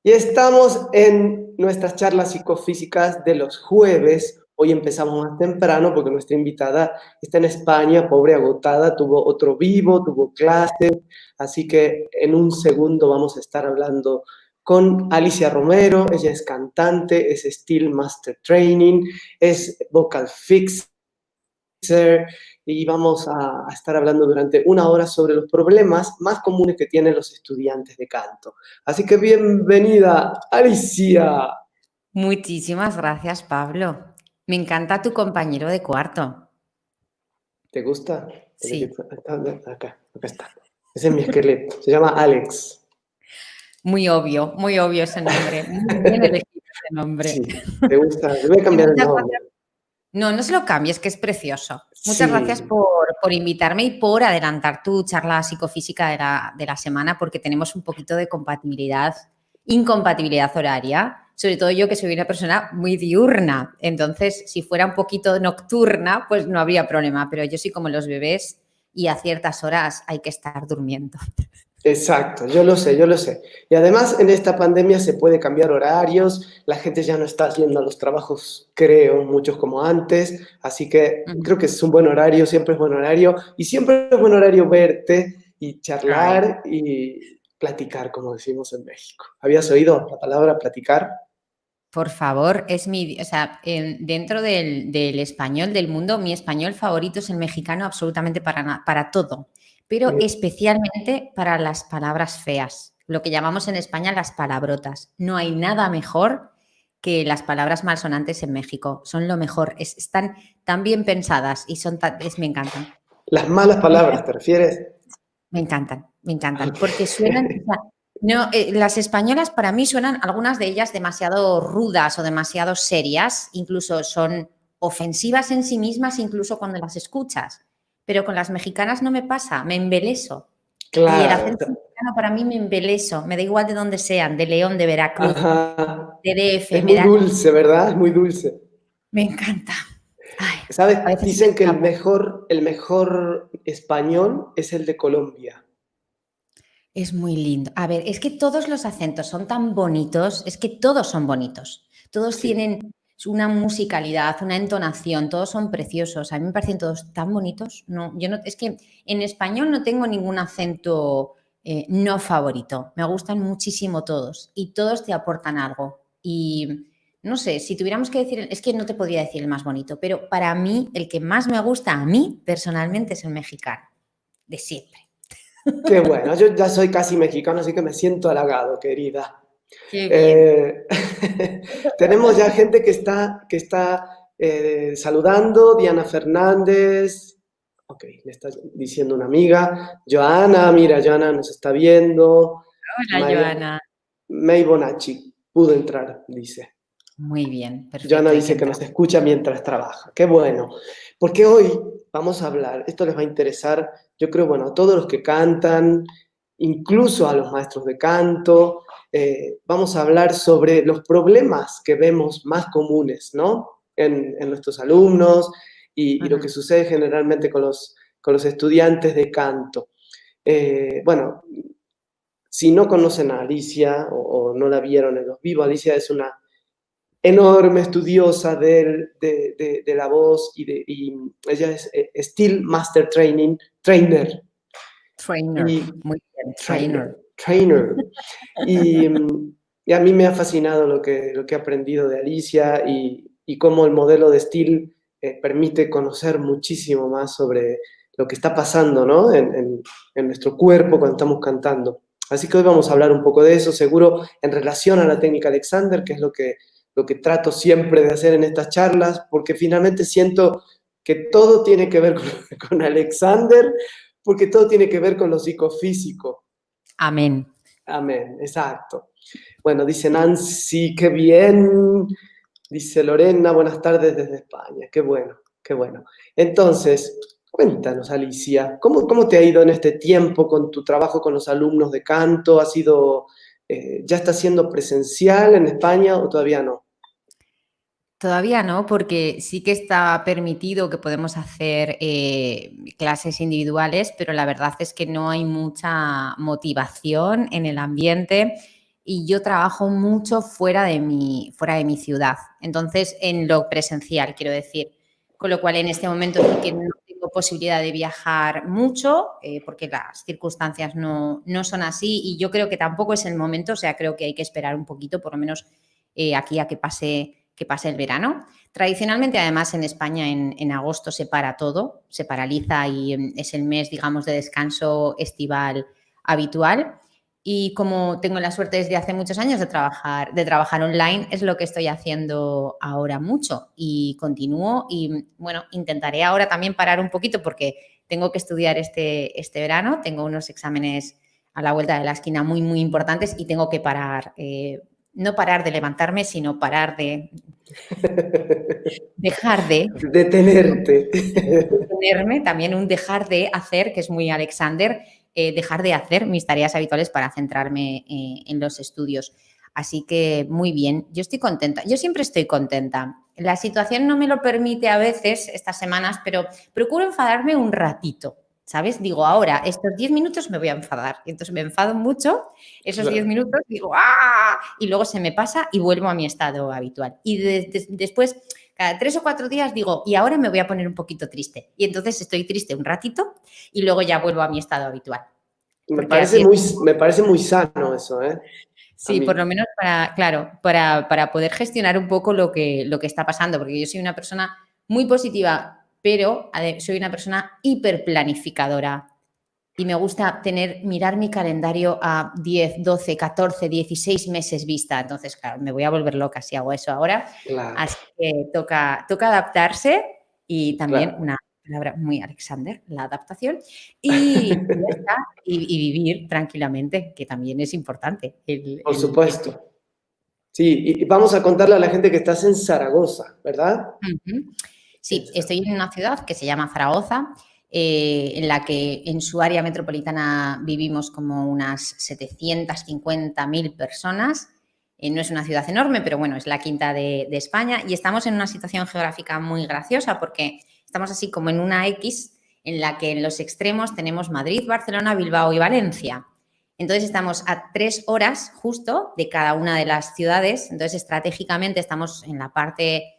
Y estamos en nuestras charlas psicofísicas de los jueves. Hoy empezamos más temprano porque nuestra invitada está en España, pobre agotada, tuvo otro vivo, tuvo clases, así que en un segundo vamos a estar hablando con Alicia Romero. Ella es cantante, es Steel Master Training, es vocal fixer, y vamos a estar hablando durante una hora sobre los problemas más comunes que tienen los estudiantes de canto. Así que bienvenida, Alicia. Muchísimas gracias, Pablo. Me encanta tu compañero de cuarto. ¿Te gusta? Sí. Acá está. Ese es mi esqueleto. Se llama Alex. Muy obvio ese nombre. Muy bien elegido ese nombre. Sí, ¿te gusta? Le voy a Y cambiar el muchas nombre. gracias. No se lo cambies, que es precioso. Muchas gracias Sí. por invitarme y por adelantar tu charla psicofísica de la semana, porque tenemos un poquito de incompatibilidad horaria. Sobre todo yo, que soy una persona muy diurna. Entonces, si fuera un poquito nocturna, pues no habría problema. Pero yo soy como los bebés y a ciertas horas hay que estar durmiendo. Exacto, yo lo sé, yo lo sé. Y además en esta pandemia se puede cambiar horarios, la gente ya no está haciendo los trabajos, creo, muchos como antes, así que creo que es un buen horario, siempre es buen horario, y siempre es buen horario verte y Ay. charlar y platicar, como decimos en México. ¿Habías oído la palabra platicar? Por favor, dentro del español del mundo, mi español favorito es el mexicano absolutamente para todo, pero especialmente para las palabras feas, lo que llamamos en España las palabrotas. No hay nada mejor que las palabras malsonantes en México. Son lo mejor, están tan bien pensadas y me encantan. Las malas palabras, ¿te refieres? Me encantan, porque suenan, Okay. no, las españolas para mí suenan, algunas de ellas demasiado rudas o demasiado serias, incluso son ofensivas en sí mismas, incluso cuando las escuchas. Pero con las mexicanas no me pasa, me embeleso. Y el Claro. acento mexicano para mí me embeleso, me da igual de dónde sean, de León, de Veracruz, Ajá. de DF, Es muy dulce, ¿verdad? Es muy dulce. me encanta. Ay, ¿Sabes? a veces me Dicen que escapo. el mejor español es el de Colombia. Es muy lindo. A ver, es que todos los acentos son tan bonitos, es que todos son bonitos. Todos Sí. tienen una musicalidad, una entonación, todos son preciosos. A mí me parecen todos tan bonitos. No, es que en español no tengo ningún acento no favorito. Me gustan muchísimo todos y todos te aportan algo. Y no sé, si tuviéramos que decir, es que no te podría decir el más bonito, pero para mí el que más me gusta a mí personalmente es el mexicano, de siempre. Qué bueno, yo ya soy casi mexicano, así que me siento halagado, querida. Qué bien. Tenemos ya gente que está saludando, Diana Fernández, ok, le está diciendo una amiga, Joana, mira, Joana nos está viendo, Hola, María, Joana. May Bonacci, pudo entrar, dice. Muy bien, Joana perfecto, hay que dice que entrar. nos escucha mientras trabaja. Qué bueno. Porque hoy vamos a hablar, esto les va a interesar, yo creo, bueno, a todos los que cantan, incluso a los maestros de canto. Vamos a hablar sobre los problemas que vemos más comunes, ¿no? En nuestros alumnos y lo que sucede generalmente con los estudiantes de canto. Bueno, si no conocen a Alicia o no la vieron en los vivos, Alicia es una enorme estudiosa de la voz y ella es Steel Master Trainer. Trainer, Y, muy bien, trainer. trainer. Y, y a mí me ha fascinado lo que he aprendido de Alicia y cómo el modelo de Steel permite conocer muchísimo más sobre lo que está pasando, ¿no? En nuestro cuerpo cuando estamos cantando. Así que hoy vamos a hablar un poco de eso, seguro en relación a la técnica Alexander, que es lo que trato siempre de hacer en estas charlas, porque finalmente siento que todo tiene que ver con Alexander, porque todo tiene que ver con lo psicofísico. Amén. Amén, exacto. Bueno, dice Nancy, qué bien. Dice Lorena, buenas tardes desde España. Qué bueno, qué bueno. Entonces, cuéntanos, Alicia, ¿cómo te ha ido en este tiempo con tu trabajo con los alumnos de canto? ¿Ya está siendo presencial en España o todavía no? Todavía no, porque sí que está permitido que podemos hacer clases individuales, pero la verdad es que no hay mucha motivación en el ambiente. y yo trabajo mucho fuera de mi ciudad. Entonces, en lo presencial, quiero decir. Con lo cual, en este momento sí que no tengo posibilidad de viajar mucho porque las circunstancias no son así y yo creo que tampoco es el momento, o sea, creo que hay que esperar un poquito, por lo menos aquí a que pase el verano. Tradicionalmente, además, en España en agosto se para todo, se paraliza y es el mes, digamos, de descanso estival habitual. Y como tengo la suerte desde hace muchos años de trabajar online, es lo que estoy haciendo ahora mucho y continúo y, bueno, intentaré ahora también parar un poquito porque tengo que estudiar este verano, tengo unos exámenes a la vuelta de la esquina muy, muy importantes y tengo que parar, no parar de levantarme, sino parar de dejar de Detenerte. detenerme, también un dejar de hacer, que es muy Alexander, dejar de hacer mis tareas habituales para centrarme en los estudios. Así que muy bien, yo estoy contenta, yo siempre estoy contenta. La situación no me lo permite a veces estas semanas, pero procuro enfadarme un ratito, ¿sabes? Digo, ahora, estos 10 minutos me voy a enfadar. Y entonces me enfado mucho, esos 10 minutos digo, ¡ah! Y luego se me pasa y vuelvo a mi estado habitual. Y después, cada 3 o 4 días digo, y ahora me voy a poner un poquito triste. Y entonces estoy triste un ratito y luego ya vuelvo a mi estado habitual. Me parece muy sano eso, ¿eh? Sí, por lo menos para poder gestionar un poco lo que está pasando, porque yo soy una persona muy positiva, pero soy una persona hiperplanificadora y me gusta mirar mi calendario a 10, 12, 14, 16 meses vista. Entonces, claro, me voy a volver loca si hago eso ahora. Claro. Así que toca adaptarse y también Claro. una palabra muy Alexander, la adaptación, y ya está, y vivir tranquilamente, que también es importante. Por supuesto. Sí, y vamos a contarle a la gente que estás en Zaragoza, ¿verdad? Sí, estoy en una ciudad que se llama Zaragoza, en la que en su área metropolitana vivimos como unas 750.000 personas. No es una ciudad enorme, pero bueno, es la quinta de España y estamos en una situación geográfica muy graciosa porque estamos así como en una X en la que en los extremos tenemos Madrid, Barcelona, Bilbao y Valencia. Entonces estamos a 3 horas justo de cada una de las ciudades. Entonces estratégicamente estamos en la parte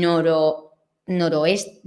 nordeste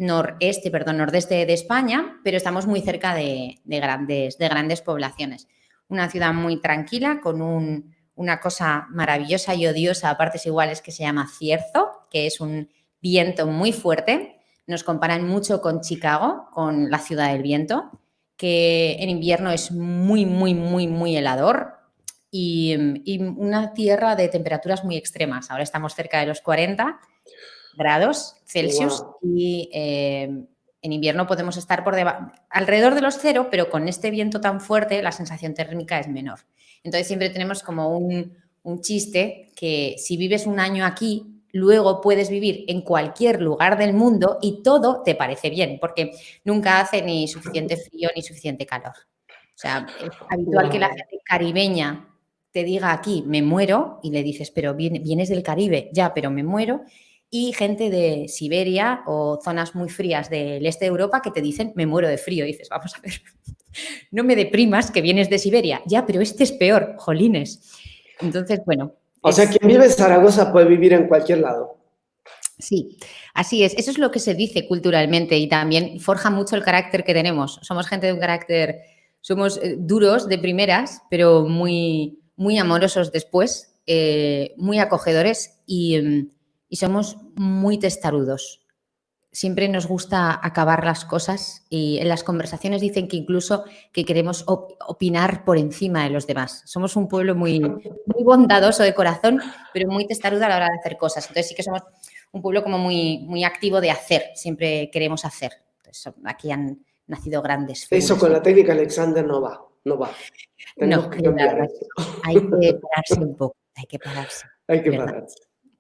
de España, pero estamos muy cerca de grandes poblaciones. Una ciudad muy tranquila con una cosa maravillosa y odiosa a partes iguales que se llama cierzo, que es un viento muy fuerte. Nos comparan mucho con Chicago, con la ciudad del viento, que en invierno es muy, muy, muy, muy helador y una tierra de temperaturas muy extremas. Ahora estamos cerca de los 40 grados Celsius y en invierno podemos estar alrededor de los 0, pero con este viento tan fuerte la sensación térmica es menor. Entonces siempre tenemos como un chiste que si vives un año aquí, luego puedes vivir en cualquier lugar del mundo y todo te parece bien, porque nunca hace ni suficiente frío ni suficiente calor. O sea, es habitual que la gente caribeña te diga aquí, me muero, y le dices, pero vienes del Caribe, ya, pero me muero. Y gente de Siberia o zonas muy frías del este de Europa que te dicen, me muero de frío. Y dices, vamos a ver, no me deprimas que vienes de Siberia. Ya, pero este es peor, jolines. Entonces, bueno. O sea, quien vive en Zaragoza puede vivir en cualquier lado. Sí, así es. Eso es lo que se dice culturalmente y también forja mucho el carácter que tenemos. Somos gente de un carácter, somos duros de primeras, pero muy, muy amorosos después, muy acogedores y somos muy testarudos. Siempre nos gusta acabar las cosas y en las conversaciones dicen que incluso que queremos opinar por encima de los demás. Somos un pueblo muy, muy bondadoso de corazón, pero muy testarudo a la hora de hacer cosas. Entonces sí que somos un pueblo como muy, muy activo de hacer. Siempre queremos hacer. Entonces, aquí han nacido grandes figuras. Eso con la técnica Alexander no va. Tenemos que cambiar eso. Hay que pararse un poco. Hay que pararse. Hay que pararse.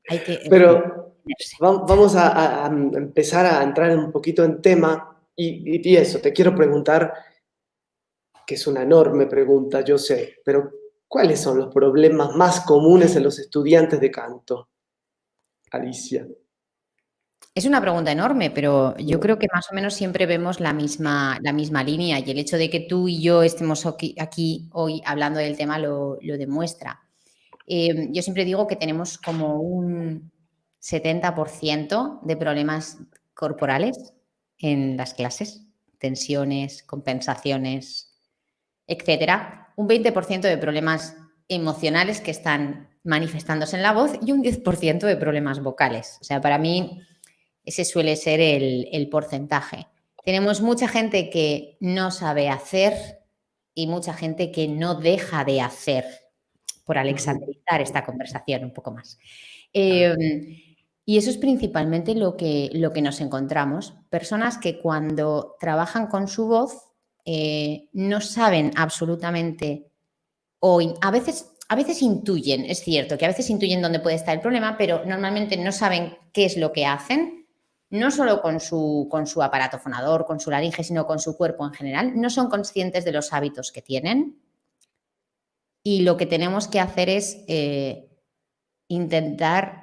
Pero vamos a empezar a entrar un poquito en tema y eso, te quiero preguntar, que es una enorme pregunta, yo sé, pero ¿cuáles son los problemas más comunes en los estudiantes de canto, Alicia? Es una pregunta enorme, pero yo creo que más o menos siempre vemos la misma línea y el hecho de que tú y yo estemos aquí hoy hablando del tema lo demuestra. Yo siempre digo que tenemos como un 70% de problemas corporales en las clases, tensiones, compensaciones, etcétera. Un 20% de problemas emocionales que están manifestándose en la voz y un 10% de problemas vocales. O sea, para mí ese suele ser el porcentaje. Tenemos mucha gente que no sabe hacer y mucha gente que no deja de hacer, por alexandrizar esta conversación un poco más. Y eso es principalmente lo que nos encontramos. Personas que cuando trabajan con su voz no saben absolutamente, o a veces intuyen, es cierto que a veces intuyen dónde puede estar el problema, pero normalmente no saben qué es lo que hacen, no solo con su aparato fonador, con su laringe, sino con su cuerpo en general. No son conscientes de los hábitos que tienen. Y lo que tenemos que hacer es intentar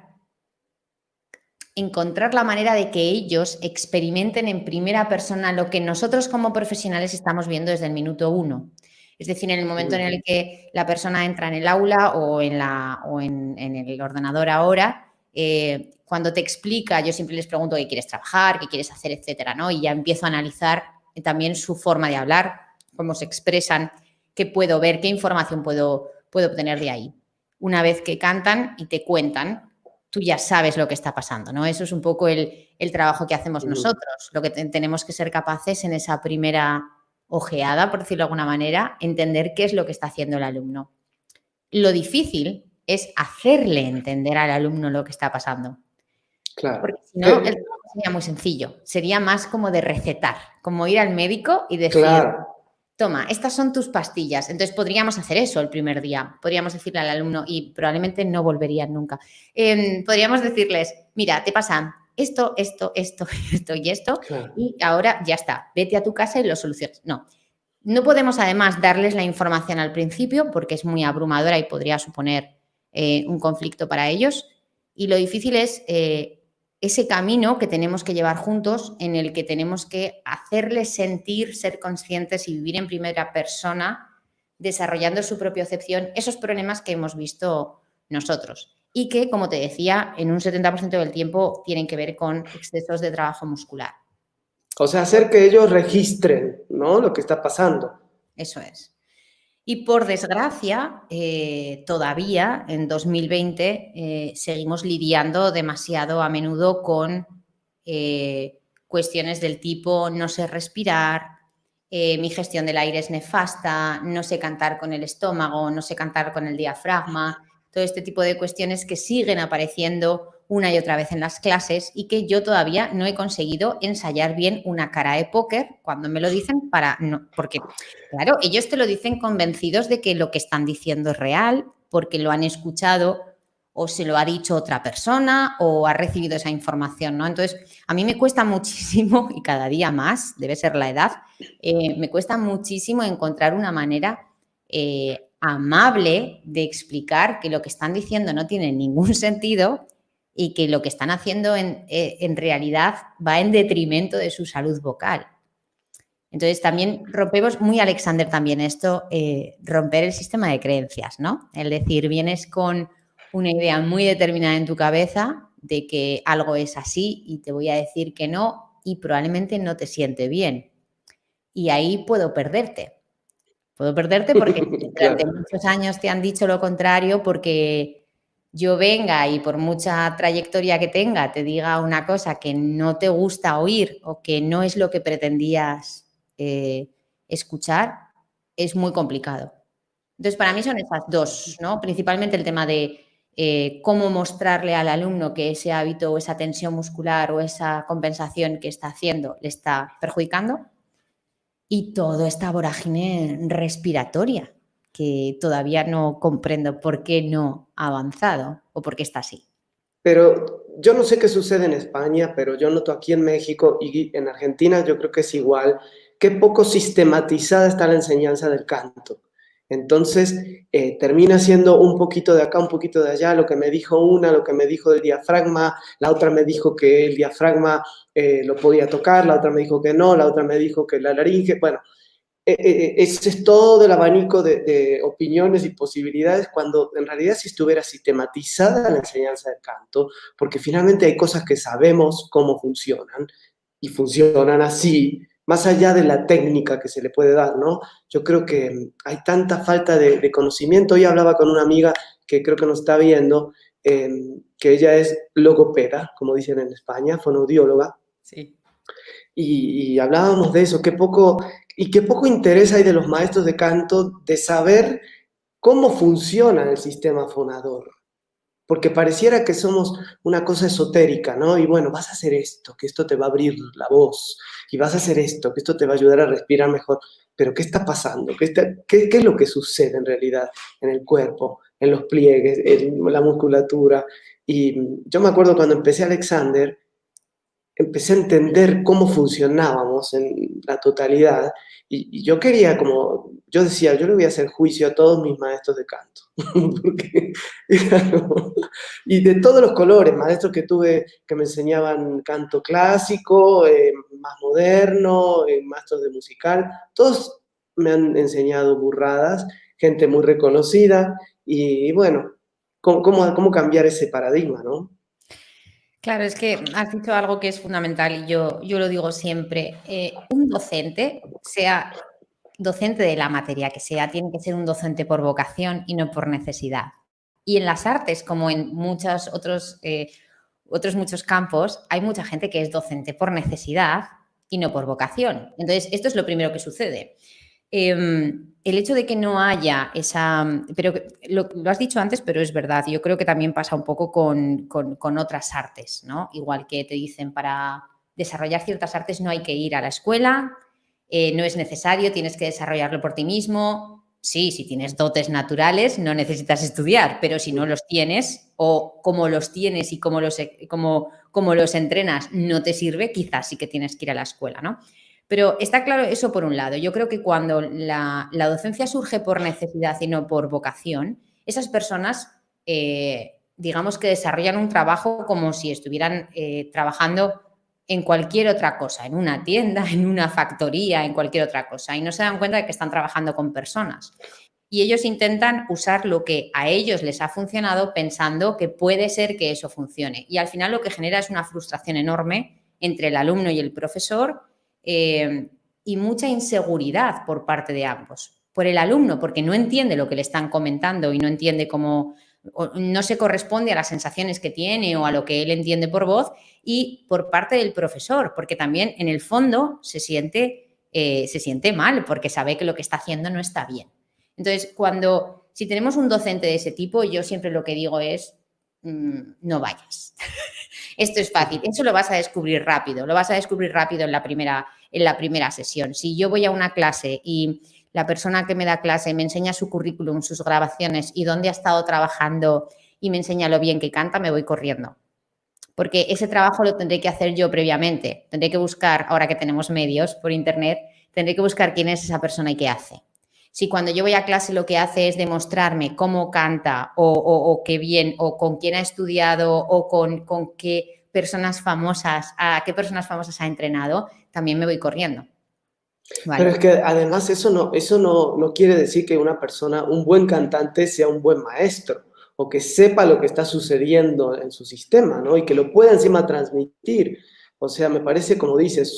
encontrar la manera de que ellos experimenten en primera persona lo que nosotros como profesionales estamos viendo desde el minuto 1. Es decir, en el momento en el que la persona entra en el aula o en el ordenador ahora, cuando te explica, yo siempre les pregunto qué quieres trabajar, qué quieres hacer, etcétera, ¿no? Y ya empiezo a analizar también su forma de hablar, cómo se expresan, qué puedo ver, qué información puedo obtener de ahí. Una vez que cantan y te cuentan, tú ya sabes lo que está pasando, ¿no? Eso es un poco el trabajo que hacemos nosotros. Lo que tenemos que ser capaces en esa primera ojeada, por decirlo de alguna manera, entender qué es lo que está haciendo el alumno. Lo difícil es hacerle entender al alumno lo que está pasando. Claro. Porque si no, el trabajo sería muy sencillo. Sería más como de recetar, como ir al médico y decir, claro, toma, estas son tus pastillas. Entonces podríamos hacer eso el primer día. Podríamos decirle al alumno, y probablemente no volverían nunca. Podríamos decirles, mira, te pasa esto y esto, claro, y ahora ya está, vete a tu casa y lo solucionas. No podemos además darles la información al principio porque es muy abrumadora y podría suponer un conflicto para ellos. Y lo difícil es ese camino que tenemos que llevar juntos, en el que tenemos que hacerles sentir, ser conscientes y vivir en primera persona, desarrollando su propia percepción, esos problemas que hemos visto nosotros. Y que, como te decía, en un 70% del tiempo tienen que ver con excesos de trabajo muscular. O sea, hacer que ellos registren, ¿no?, lo que está pasando. Eso es. Y por desgracia, todavía en 2020 seguimos lidiando demasiado a menudo con cuestiones del tipo no sé respirar, mi gestión del aire es nefasta, no sé cantar con el estómago, no sé cantar con el diafragma, todo este tipo de cuestiones que siguen apareciendo una y otra vez en las clases y que yo todavía no he conseguido ensayar bien una cara de póker cuando me lo dicen porque, claro, ellos te lo dicen convencidos de que lo que están diciendo es real, porque lo han escuchado o se lo ha dicho otra persona o ha recibido esa información, ¿no? Entonces, a mí me cuesta muchísimo, y cada día más, debe ser la edad, me cuesta muchísimo encontrar una manera amable de explicar que lo que están diciendo no tiene ningún sentido y que lo que están haciendo en realidad va en detrimento de su salud vocal. Entonces, también rompemos, muy Alexander también esto, romper el sistema de creencias, ¿no? Es decir, vienes con una idea muy determinada en tu cabeza de que algo es así y te voy a decir que no y probablemente no te siente bien. Y ahí puedo perderte. Puedo perderte porque durante muchos años te han dicho lo contrario, porque yo venga y por mucha trayectoria que tenga te diga una cosa que no te gusta oír o que no es lo que pretendías escuchar, es muy complicado. Entonces, para mí son esas dos, ¿no? Principalmente el tema de cómo mostrarle al alumno que ese hábito o esa tensión muscular o esa compensación que está haciendo le está perjudicando. Y toda esta vorágine respiratoria que todavía no comprendo por qué no ha avanzado o por qué está así. Pero yo no sé qué sucede en España, pero yo noto aquí en México y en Argentina yo creo que es igual, qué poco sistematizada está la enseñanza del canto. Entonces, termina siendo un poquito de acá, un poquito de allá, lo que me dijo una, lo que me dijo del diafragma, la otra me dijo que el diafragma lo podía tocar, la otra me dijo que no, la otra me dijo que la laringe, bueno, ese es todo el abanico de opiniones y posibilidades, cuando en realidad si estuviera sistematizada la enseñanza del canto, porque finalmente hay cosas que sabemos cómo funcionan y funcionan así, más allá de la técnica que se le puede dar, ¿no? Yo creo que hay tanta falta de conocimiento. Hoy hablaba con una amiga que creo que nos está viendo, que ella es logopeda, como dicen en España, fonoaudióloga, Sí. y hablábamos de eso, qué poco interés hay de los maestros de canto de saber cómo funciona el sistema fonador, porque pareciera que somos una cosa esotérica, ¿no? Y bueno, vas a hacer esto, que esto te va a abrir la voz, y vas a hacer esto, que esto te va a ayudar a respirar mejor. Pero ¿qué está pasando? ¿Qué es lo que sucede en realidad en el cuerpo, en los pliegues, en la musculatura? Y yo me acuerdo cuando empecé Alexander, empecé a entender cómo funcionábamos en la totalidad y yo quería como, yo decía, yo le voy a hacer juicio a todos mis maestros de canto. Porque, y de todos los colores, maestros que tuve que me enseñaban canto clásico, más moderno, maestros de musical, todos me han enseñado burradas, gente muy reconocida y bueno, cómo cambiar ese paradigma, ¿no? Claro, es que has dicho algo que es fundamental y yo lo digo siempre. Un docente, sea docente de la materia que sea, tiene que ser un docente por vocación y no por necesidad. Y en las artes, como en muchos otros muchos campos, hay mucha gente que es docente por necesidad y no por vocación. Entonces, esto es lo primero que sucede. El hecho de que no haya esa... Pero lo has dicho antes, pero es verdad. Yo creo que también pasa un poco con otras artes, ¿no? Igual que te dicen, para desarrollar ciertas artes no hay que ir a la escuela, no es necesario, tienes que desarrollarlo por ti mismo. Sí, si tienes dotes naturales no necesitas estudiar, pero si no los tienes o como los tienes y como los entrenas no te sirve, quizás sí que tienes que ir a la escuela, ¿no? Pero está claro eso por un lado. Yo creo que cuando la docencia surge por necesidad y no por vocación, esas personas, digamos que desarrollan un trabajo como si estuvieran trabajando en cualquier otra cosa, en una tienda, en una factoría, en cualquier otra cosa, y no se dan cuenta de que están trabajando con personas. Y ellos intentan usar lo que a ellos les ha funcionado pensando que puede ser que eso funcione. Y al final lo que genera es una frustración enorme entre el alumno y el profesor, y mucha inseguridad por parte de ambos. Por el alumno, porque no entiende lo que le están comentando y no entiende cómo, no se corresponde a las sensaciones que tiene o a lo que él entiende por voz, y por parte del profesor, porque también en el fondo se siente mal porque sabe que lo que está haciendo no está bien. Entonces, si tenemos un docente de ese tipo, yo siempre lo que digo es, no vayas. Esto es fácil, eso lo vas a descubrir rápido, en la primera sesión. Si yo voy a una clase y la persona que me da clase me enseña su currículum, sus grabaciones y dónde ha estado trabajando y me enseña lo bien que canta, me voy corriendo. Porque ese trabajo lo tendré que hacer yo previamente. Tendré que buscar, ahora que tenemos medios por internet, tendré que buscar quién es esa persona y qué hace. Si cuando yo voy a clase lo que hace es demostrarme cómo canta o qué bien, o con quién ha estudiado o con qué personas famosas, a qué personas famosas ha entrenado, también me voy corriendo. ¿Vale? Pero es que además eso no quiere decir que una persona, un buen cantante, sea un buen maestro o que sepa lo que está sucediendo en su sistema, ¿no? Y que lo pueda encima transmitir. O sea, me parece, como dices,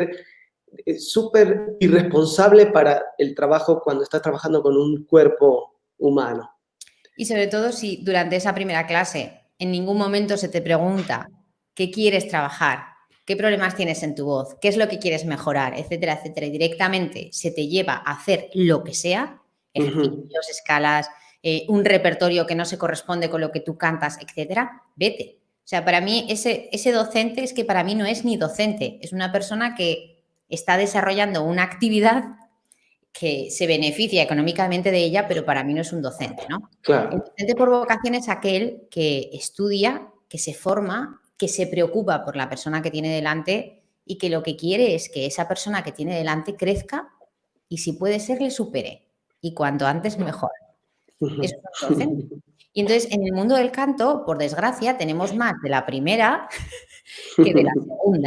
súper irresponsable para el trabajo cuando estás trabajando con un cuerpo humano. Y sobre todo si durante esa primera clase en ningún momento se te pregunta qué quieres trabajar, qué problemas tienes en tu voz, qué es lo que quieres mejorar, etcétera, etcétera, y directamente se te lleva a hacer lo que sea, ejercicios, escalas, un repertorio que no se corresponde con lo que tú cantas, etcétera, vete. O sea, para mí ese docente es que para mí no es ni docente, es una persona que está desarrollando una actividad que se beneficia económicamente de ella, pero para mí no es un docente, ¿no? Claro. El docente por vocación es aquel que estudia, que se forma, que se preocupa por la persona que tiene delante y que lo que quiere es que esa persona que tiene delante crezca y, si puede ser, le supere. Y cuanto antes, mejor. Eso es un docente. Y entonces, en el mundo del canto, por desgracia, tenemos más de la primera que de la segunda.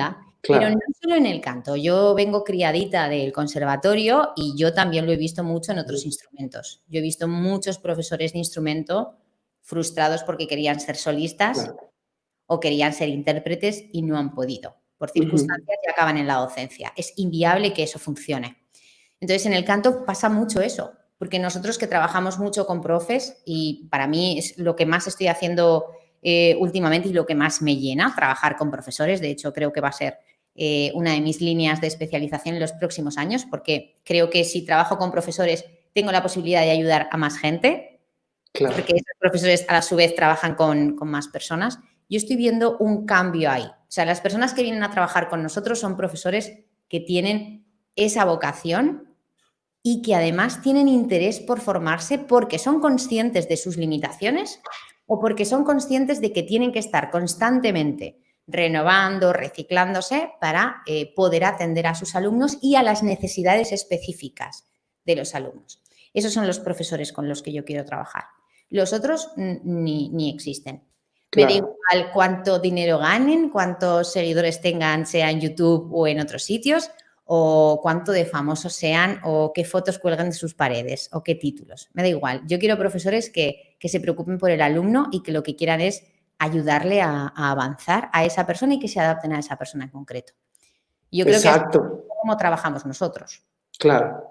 Pero claro. no solo en el canto. Yo vengo criadita del conservatorio y yo también lo he visto mucho en otros instrumentos. Yo he visto muchos profesores de instrumento frustrados porque querían ser solistas Claro. o querían ser intérpretes y no han podido, por Ujú. circunstancias, y acaban en la docencia. Es inviable que eso funcione. Entonces, en el canto pasa mucho eso, porque nosotros que trabajamos mucho con profes, y para mí es lo que más estoy haciendo últimamente y lo que más me llena, trabajar con profesores. De hecho, creo que va a ser una de mis líneas de especialización en los próximos años, porque creo que si trabajo con profesores tengo la posibilidad de ayudar a más gente, Claro. porque esos profesores a su vez trabajan con más personas. Yo estoy viendo un cambio ahí. O sea, las personas que vienen a trabajar con nosotros son profesores que tienen esa vocación y que además tienen interés por formarse porque son conscientes de sus limitaciones o porque son conscientes de que tienen que estar constantemente renovando, reciclándose para poder atender a sus alumnos y a las necesidades específicas de los alumnos. Esos son los profesores con los que yo quiero trabajar. Los otros ni existen. Me da Claro. igual cuánto dinero ganen, cuántos seguidores tengan, sea en YouTube o en otros sitios, o cuánto de famosos sean, o qué fotos cuelgan de sus paredes, o qué títulos. Me da igual. Yo quiero profesores que se preocupen por el alumno y que lo que quieran es ayudarle a avanzar a esa persona y que se adapten a esa persona en concreto. Yo creo que así Exacto. es como trabajamos nosotros. Claro.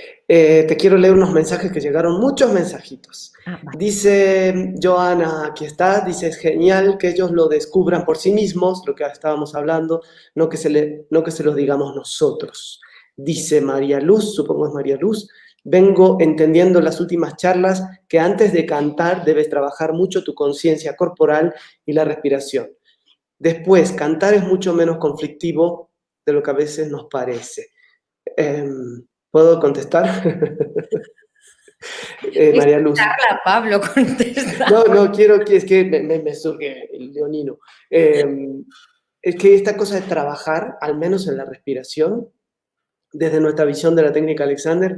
Te quiero leer unos mensajes que llegaron, muchos mensajitos. Ah, vale. Dice Joana, aquí está, dice, es genial que ellos lo descubran por sí mismos, lo que estábamos hablando, no que se los digamos nosotros. Dice María Luz, supongo es María Luz, vengo entendiendo en las últimas charlas que antes de cantar debes trabajar mucho tu conciencia corporal y la respiración. Después, cantar es mucho menos conflictivo de lo que a veces nos parece. ¿Puedo contestar? Es María Luz. charla, Pablo, contesta. No, no, quiero que es que me surge el leonino. Eh, es que esta cosa de trabajar, al menos en la respiración, desde nuestra visión de la técnica Alexander,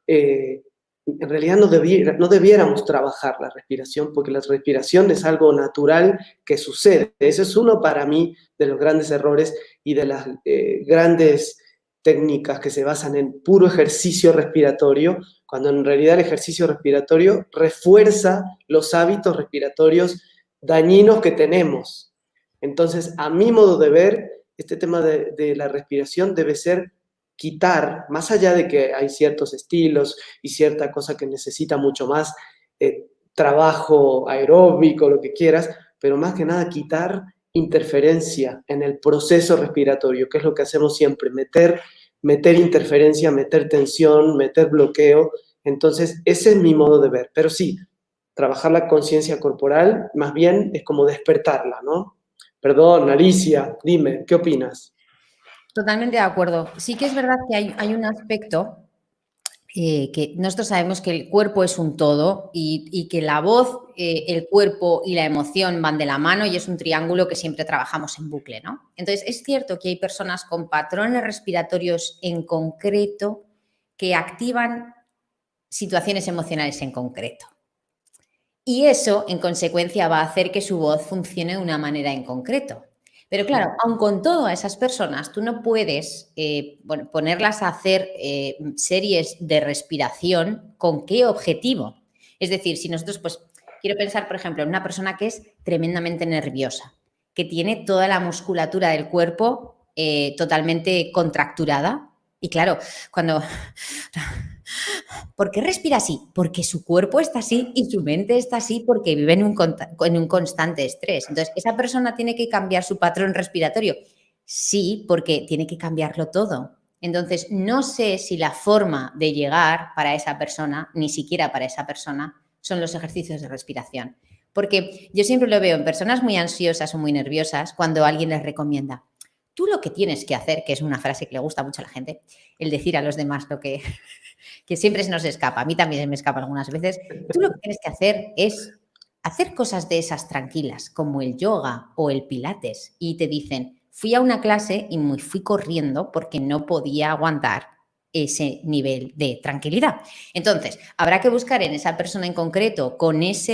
en realidad no debiéramos trabajar la respiración, porque la respiración es algo natural que sucede. Ese es uno para mí de los grandes errores y de las grandes técnicas que se basan en puro ejercicio respiratorio, cuando en realidad el ejercicio respiratorio refuerza los hábitos respiratorios dañinos que tenemos. Entonces, a mi modo de ver, este tema de la respiración debe ser quitar, más allá de que hay ciertos estilos y cierta cosa que necesita mucho más trabajo aeróbico, lo que quieras, pero más que nada quitar interferencia en el proceso respiratorio, que es lo que hacemos siempre, meter interferencia, meter tensión, meter bloqueo. Entonces, ese es mi modo de ver. Pero sí, trabajar la conciencia corporal, más bien es como despertarla, ¿no? Perdón, Alicia, dime, ¿qué opinas? Totalmente de acuerdo. Sí que es verdad que hay un aspecto que nosotros sabemos que el cuerpo es un todo y que la voz, el cuerpo y la emoción van de la mano y es un triángulo que siempre trabajamos en bucle, ¿no? Entonces, es cierto que hay personas con patrones respiratorios en concreto que activan situaciones emocionales en concreto. Y eso, en consecuencia, va a hacer que su voz funcione de una manera en concreto. Pero claro, aun con todo a esas personas, tú no puedes ponerlas a hacer series de respiración. ¿Con qué objetivo? Es decir, si nosotros, pues, quiero pensar, por ejemplo, en una persona que es tremendamente nerviosa, que tiene toda la musculatura del cuerpo totalmente contracturada. Y claro, cuando... ¿Por qué respira así? Porque su cuerpo está así y su mente está así porque vive en un constante estrés. Entonces, ¿esa persona tiene que cambiar su patrón respiratorio? Sí, porque tiene que cambiarlo todo. Entonces, no sé si la forma de llegar para esa persona, ni siquiera para esa persona, son los ejercicios de respiración. Porque yo siempre lo veo en personas muy ansiosas o muy nerviosas cuando alguien les recomienda, tú lo que tienes que hacer, que es una frase que le gusta mucho a la gente, el decir a los demás lo que siempre se nos escapa, a mí también se me escapa algunas veces, tú lo que tienes que hacer es hacer cosas de esas tranquilas, como el yoga o el pilates, y te dicen, fui a una clase y me fui corriendo porque no podía aguantar ese nivel de tranquilidad. Entonces, habrá que buscar en esa persona en concreto, con ese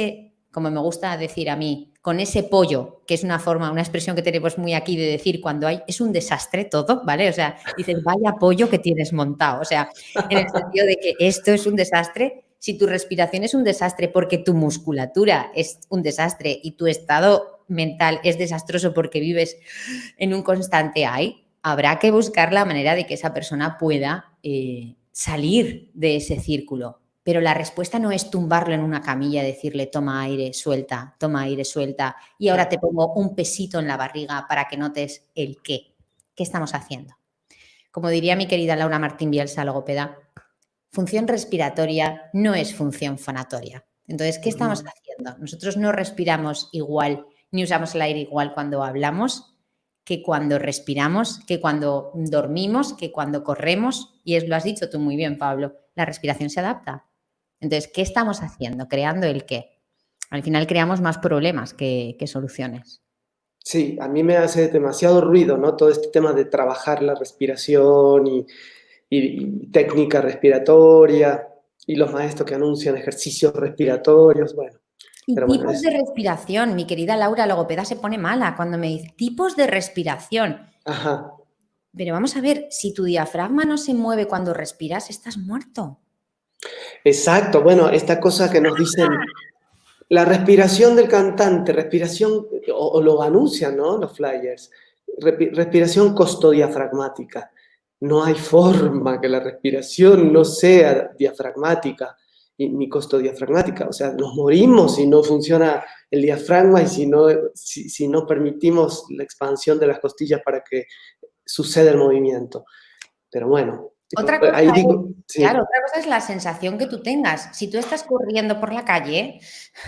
como me gusta decir a mí, con ese pollo, que es una forma, una expresión que tenemos muy aquí de decir cuando hay, es un desastre todo, ¿vale? O sea, dices, vaya pollo que tienes montado. O sea, en el sentido de que esto es un desastre. Si tu respiración es un desastre porque tu musculatura es un desastre y tu estado mental es desastroso porque vives en un constante hay, habrá que buscar la manera de que esa persona pueda salir de ese círculo. Pero la respuesta no es tumbarlo en una camilla y decirle toma aire, suelta, y ahora te pongo un pesito en la barriga para que notes el qué. ¿Qué estamos haciendo? Como diría mi querida Laura Martín Bielsa, logopeda, función respiratoria no es función fonatoria. Entonces, ¿qué estamos haciendo? Nosotros no respiramos igual ni usamos el aire igual cuando hablamos que cuando respiramos, que cuando dormimos, que cuando corremos. Y lo has dicho tú muy bien, Pablo, la respiración se adapta. Entonces, ¿qué estamos haciendo? Creando el qué. Al final creamos más problemas que soluciones. Sí, a mí me hace demasiado ruido, ¿no? Todo este tema de trabajar la respiración y técnica respiratoria y los maestros que anuncian ejercicios respiratorios, bueno. Y Pero bueno, tipos de respiración. Mi querida Laura, logopeda, se pone mala cuando me dice tipos de respiración. Ajá. Pero vamos a ver, si tu diafragma no se mueve cuando respiras, estás muerto. Exacto, bueno, esta cosa que nos dicen, la respiración del cantante, respiración, o lo anuncian, ¿no? Los flyers, respiración costodiafragmática. No hay forma que la respiración no sea diafragmática ni costodiafragmática. O sea, nos morimos si no funciona el diafragma y si no permitimos la expansión de las costillas para que suceda el movimiento. Pero bueno, Otra cosa ahí digo, sí. claro, otra cosa es la sensación que tú tengas. Si tú estás corriendo por la calle,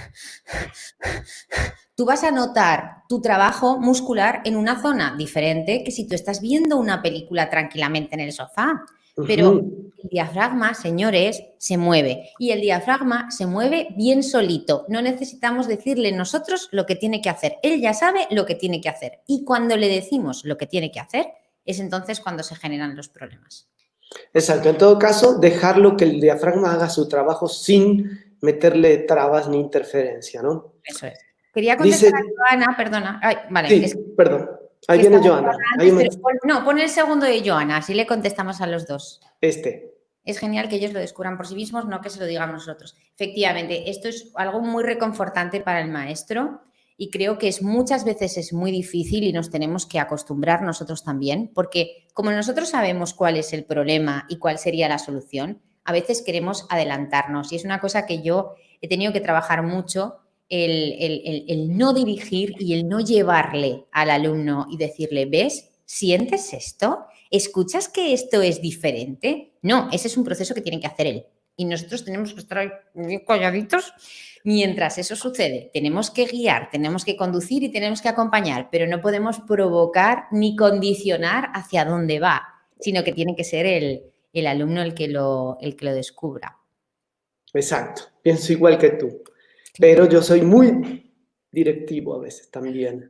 tú vas a notar tu trabajo muscular en una zona diferente que si tú estás viendo una película tranquilamente en el sofá. Pero el diafragma, señores, se mueve. Y el diafragma se mueve bien solito. No necesitamos decirle nosotros lo que tiene que hacer. Él ya sabe lo que tiene que hacer. Y cuando le decimos lo que tiene que hacer, es entonces cuando se generan los problemas. Exacto, en todo caso, dejarlo que el diafragma haga su trabajo sin meterle trabas ni interferencia, ¿no? Eso es. Quería contestar a Joana, perdona. Ay, vale. Sí, perdón. Ahí viene Joana. Antes, pero pon el segundo de Joana, así le contestamos a los dos. Es genial que ellos lo descubran por sí mismos, no que se lo digamos nosotros. Efectivamente, esto es algo muy reconfortante para el maestro y creo que muchas veces es muy difícil y nos tenemos que acostumbrar nosotros también, porque como nosotros sabemos cuál es el problema y cuál sería la solución, a veces queremos adelantarnos y es una cosa que yo he tenido que trabajar mucho, el no dirigir y el no llevarle al alumno y decirle, ¿ves? ¿Sientes esto? ¿Escuchas que esto es diferente? No, ese es un proceso que tiene que hacer él. Y nosotros tenemos que estar ahí bien calladitos mientras eso sucede. Tenemos que guiar, tenemos que conducir y tenemos que acompañar, pero no podemos provocar ni condicionar hacia dónde va, sino que tiene que ser el alumno el que lo descubra. Exacto, pienso igual que tú, pero yo soy muy directivo a veces también.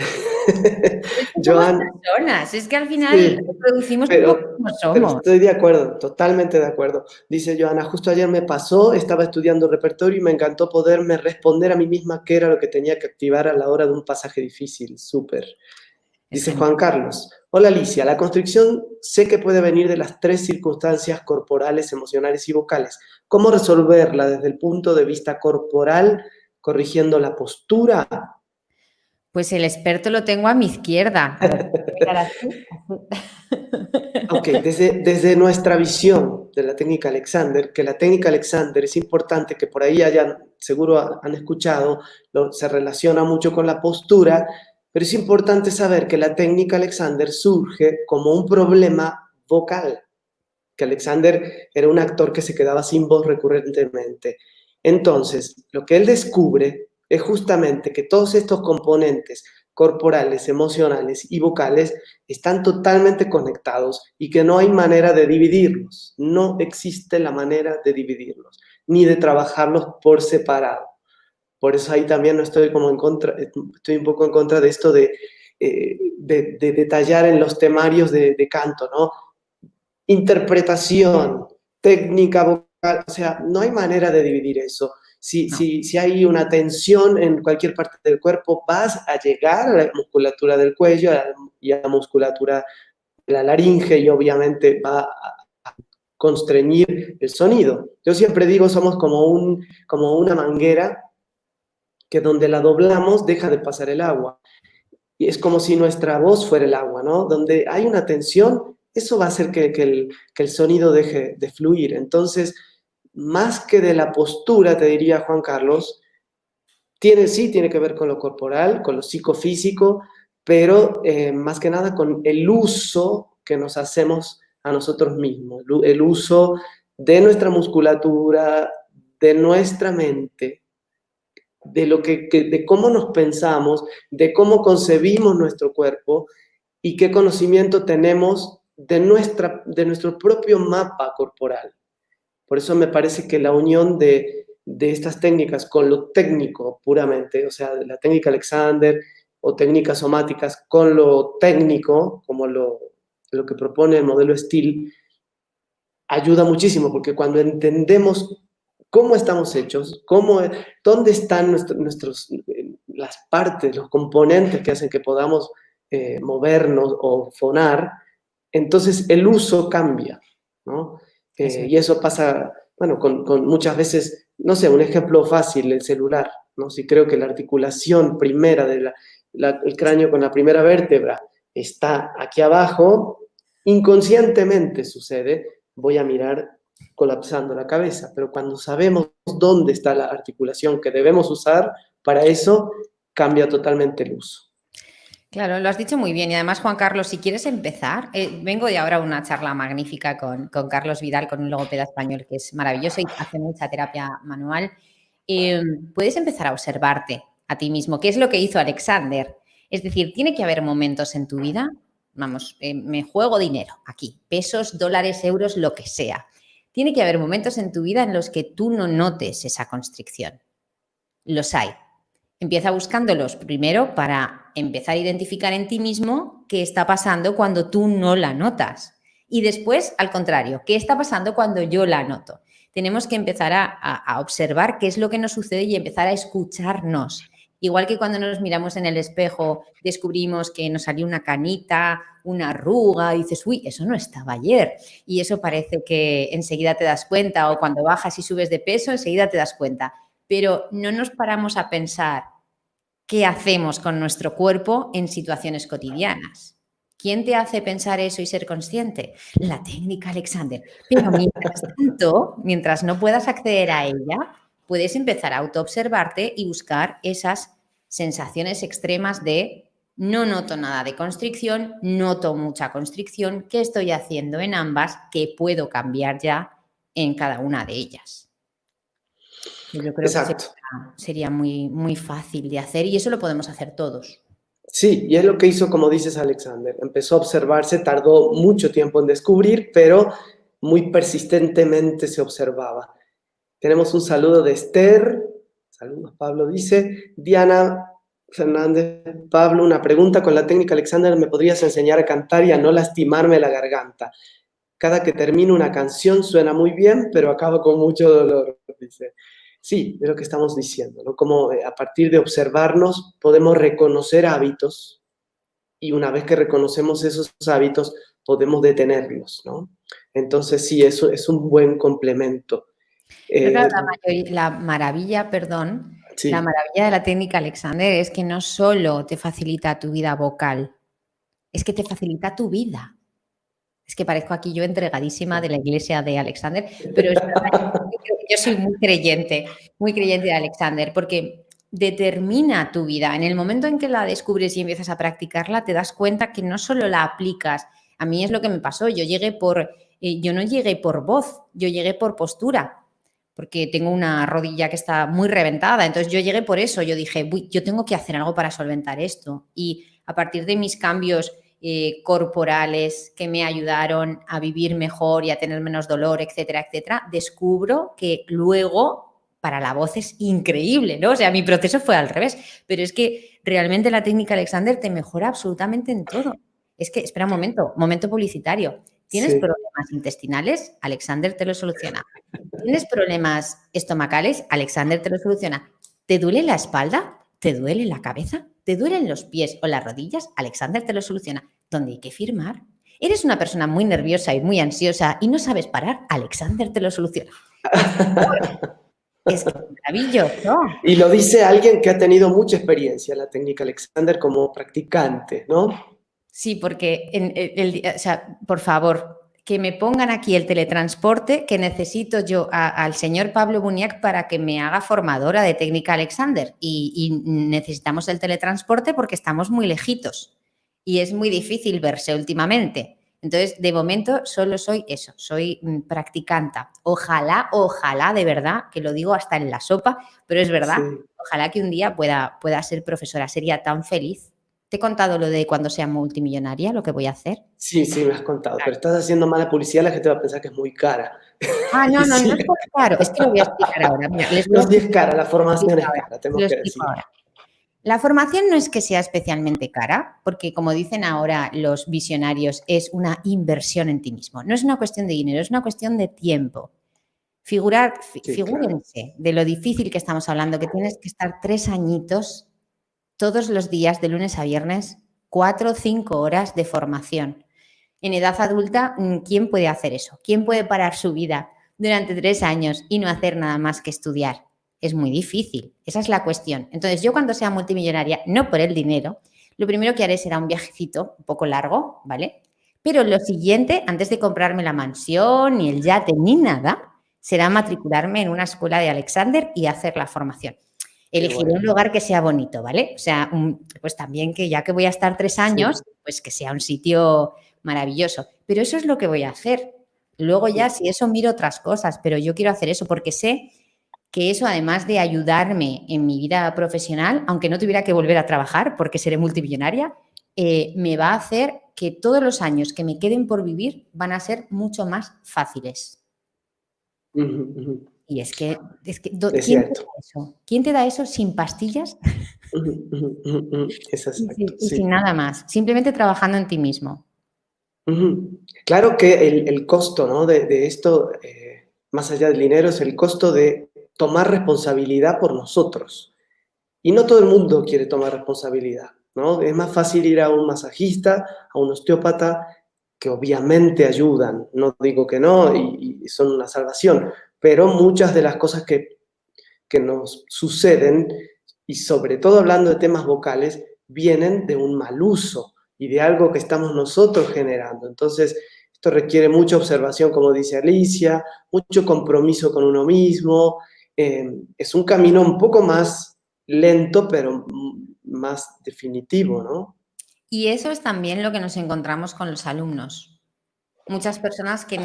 Joana, personas, es que al final sí, reproducimos un poco como somos. Pero estoy de acuerdo, totalmente de acuerdo. Dice Joana, justo ayer me pasó, estaba estudiando repertorio y me encantó poderme responder a mí misma qué era lo que tenía que activar a la hora de un pasaje difícil. Súper. Dice Juan Carlos, hola Alicia, la constricción sé que puede venir de las 3 circunstancias corporales, emocionales y vocales. ¿Cómo resolverla desde el punto de vista corporal, corrigiendo la postura? Pues el experto lo tengo a mi izquierda. Ok, desde nuestra visión de la técnica Alexander, que la técnica Alexander es importante, que por ahí seguro han escuchado, se relaciona mucho con la postura, pero es importante saber que la técnica Alexander surge como un problema vocal, que Alexander era un actor que se quedaba sin voz recurrentemente. Entonces, lo que él descubre es justamente que todos estos componentes corporales, emocionales y vocales están totalmente conectados y que no hay manera de dividirlos. No existe la manera de dividirlos, ni de trabajarlos por separado. Por eso ahí también no estoy como en contra, estoy un poco en contra de esto de detallar en los temarios de canto, ¿no? Interpretación, técnica vocal, o sea, no hay manera de dividir eso. No. Si hay una tensión en cualquier parte del cuerpo, vas a llegar a la musculatura del cuello y a la musculatura de la laringe y obviamente va a constreñir el sonido. Yo siempre digo, somos como una manguera que donde la doblamos deja de pasar el agua. Y es como si nuestra voz fuera el agua, ¿no? Donde hay una tensión, eso va a hacer que el sonido deje de fluir. Entonces, más que de la postura, te diría Juan Carlos, tiene que ver con lo corporal, con lo psicofísico, pero más que nada con el uso que nos hacemos a nosotros mismos, el uso de nuestra musculatura, de nuestra mente, de cómo nos pensamos, de cómo concebimos nuestro cuerpo y qué conocimiento tenemos de nuestro propio mapa corporal. Por eso me parece que la unión de estas técnicas con lo técnico puramente, o sea, la técnica Alexander o técnicas somáticas con lo técnico, como lo que propone el modelo Steel, ayuda muchísimo, porque cuando entendemos cómo estamos hechos, dónde están las partes, los componentes que hacen que podamos movernos o fonar, entonces el uso cambia, ¿no? Y eso pasa, bueno, con muchas veces, no sé, un ejemplo fácil, el celular, ¿no? Si creo que la articulación primera del cráneo con la primera vértebra está aquí abajo, inconscientemente sucede, voy a mirar colapsando la cabeza, pero cuando sabemos dónde está la articulación que debemos usar, para eso cambia totalmente el uso. Claro, lo has dicho muy bien. Y además, Juan Carlos, si quieres empezar, vengo de ahora a una charla magnífica con Carlos Vidal, con un logopeda español que es maravilloso y hace mucha terapia manual. Puedes empezar a observarte a ti mismo, qué es lo que hizo Alexander. Es decir, tiene que haber momentos en tu vida, vamos, me juego dinero aquí, pesos, dólares, euros, lo que sea. Tiene que haber momentos en tu vida en los que tú no notes esa constricción. Los hay. Empieza buscándolos primero para empezar a identificar en ti mismo qué está pasando cuando tú no la notas. Y después, al contrario, qué está pasando cuando yo la noto. Tenemos que empezar a observar qué es lo que nos sucede y empezar a escucharnos. Igual que cuando nos miramos en el espejo, descubrimos que nos salió una canita, una arruga, y dices, uy, eso no estaba ayer. Y eso parece que enseguida te das cuenta, o cuando bajas y subes de peso, enseguida te das cuenta. Pero no nos paramos a pensar qué hacemos con nuestro cuerpo en situaciones cotidianas. ¿Quién te hace pensar eso y ser consciente? La técnica Alexander. Pero mientras tanto, mientras no puedas acceder a ella, puedes empezar a autoobservarte y buscar esas sensaciones extremas de no noto nada de constricción, noto mucha constricción, ¿qué estoy haciendo en ambas? ¿Qué puedo cambiar ya en cada una de ellas? Yo creo que sería muy, muy fácil de hacer y eso lo podemos hacer todos. Sí, y es lo que hizo, como dices, Alexander. Empezó a observarse, tardó mucho tiempo en descubrir, pero muy persistentemente se observaba. Tenemos un saludo de Esther. Saludos, Pablo dice. Diana Fernández, Pablo, una pregunta. Con la técnica Alexander, ¿me podrías enseñar a cantar y a no lastimarme la garganta? Cada que termino una canción suena muy bien, pero acabo con mucho dolor, dice. Sí, es lo que estamos diciendo, ¿no? Como a partir de observarnos podemos reconocer hábitos y una vez que reconocemos esos hábitos podemos detenerlos, ¿no? Entonces sí, eso es un buen complemento. Pero claro, la maravilla, Sí. la maravilla de la técnica Alexander es que no solo te facilita tu vida vocal, es que te facilita tu vida. Es que parezco aquí yo entregadísima de la iglesia de Alexander, pero es verdad, yo soy muy creyente de Alexander, porque determina tu vida. En el momento en que la descubres y empiezas a practicarla, te das cuenta que no solo la aplicas. A mí es lo que me pasó, yo no llegué por voz, yo llegué por postura, porque tengo una rodilla que está muy reventada. Entonces yo llegué por eso, yo dije, yo tengo que hacer algo para solventar esto. Y a partir de mis cambios corporales que me ayudaron a vivir mejor y a tener menos dolor, etcétera, etcétera, descubro que luego para la voz es increíble, ¿no? O sea, mi proceso fue al revés, pero es que realmente la técnica Alexander te mejora absolutamente en todo. Es que, espera un momento publicitario. ¿Tienes Sí. problemas intestinales? Alexander te lo soluciona. ¿Tienes problemas estomacales? Alexander te lo soluciona. ¿Te duele la espalda? ¿Te duele la cabeza? ¿Te duelen los pies o las rodillas? Alexander te lo soluciona. ¿Dónde hay que firmar? ¿Eres una persona muy nerviosa y muy ansiosa y no sabes parar? Alexander te lo soluciona. Por favor, es que es maravilloso. Y lo dice alguien que ha tenido mucha experiencia en la técnica Alexander como practicante, ¿no? Sí, porque o sea, por favor, que me pongan aquí el teletransporte que necesito yo al señor Pablo Buniac para que me haga formadora de técnica Alexander. Y necesitamos el teletransporte porque estamos muy lejitos y es muy difícil verse últimamente. Entonces, de momento, solo soy eso, soy practicanta. Ojalá, ojalá, de verdad, que lo digo hasta en la sopa, pero es verdad, Sí. ojalá que un día pueda ser profesora. Sería tan feliz. ¿Te he contado lo de cuando sea multimillonaria, lo que voy a hacer? Sí, sí, me has contado, pero estás haciendo mala publicidad, la gente va a pensar que es muy cara. Ah, Y no, no, no sí, es por caro, es que lo voy a explicar ahora. Mira, les voy no, a sí es explicar, cara, la formación es ahora, cara, lo tenemos que explico decir. ahora. La formación no es que sea especialmente cara, porque como dicen ahora los visionarios, es una inversión en ti mismo. No es una cuestión de dinero, es una cuestión de tiempo. Sí, claro. Figúrense de lo difícil que estamos hablando, que tienes que estar 3 añitos todos los días, de lunes a viernes, 4 o 5 horas de formación. En edad adulta, ¿quién puede hacer eso? ¿Quién puede parar su vida durante 3 años y no hacer nada más que estudiar? Es muy difícil. Esa es la cuestión. Entonces, yo cuando sea multimillonaria, no por el dinero, lo primero que haré será un viajecito un poco largo, ¿vale? Pero lo siguiente, antes de comprarme la mansión, ni el yate, ni nada, será matricularme en una escuela de Alexander y hacer la formación. Qué Elegiré un bueno. lugar que sea bonito, ¿vale? O sea, pues también que ya que voy a estar 3 años, Sí, pues que sea un sitio maravilloso. Pero eso es lo que voy a hacer. Luego ya, si eso miro otras cosas, pero yo quiero hacer eso porque sé que eso, además de ayudarme en mi vida profesional, aunque no tuviera que volver a trabajar porque seré multimillonaria, me va a hacer que todos los años que me queden por vivir van a ser mucho más fáciles. ujú, ujú. Y es que Es ¿quién te da cierto. eso? ¿Quién te da eso sin pastillas? Ujú, ujú, ujú, ujú. Es exacto, Y sin sí. nada más, simplemente trabajando en ti mismo. Ujú. Claro que el costo, ¿no? de esto, más allá del dinero, es el costo de tomar responsabilidad por nosotros. Y no todo el mundo quiere tomar responsabilidad, ¿no? Es más fácil ir a un masajista, a un osteópata, que obviamente ayudan, no digo que no, y son una salvación, pero muchas de las cosas que nos suceden, y sobre todo hablando de temas vocales, vienen de un mal uso y de algo que estamos nosotros generando. Entonces, esto requiere mucha observación, como dice Alicia, mucho compromiso con uno mismo. Es un camino un poco más lento, pero más definitivo, ¿no? Y eso es también lo que nos encontramos con los alumnos. Muchas personas que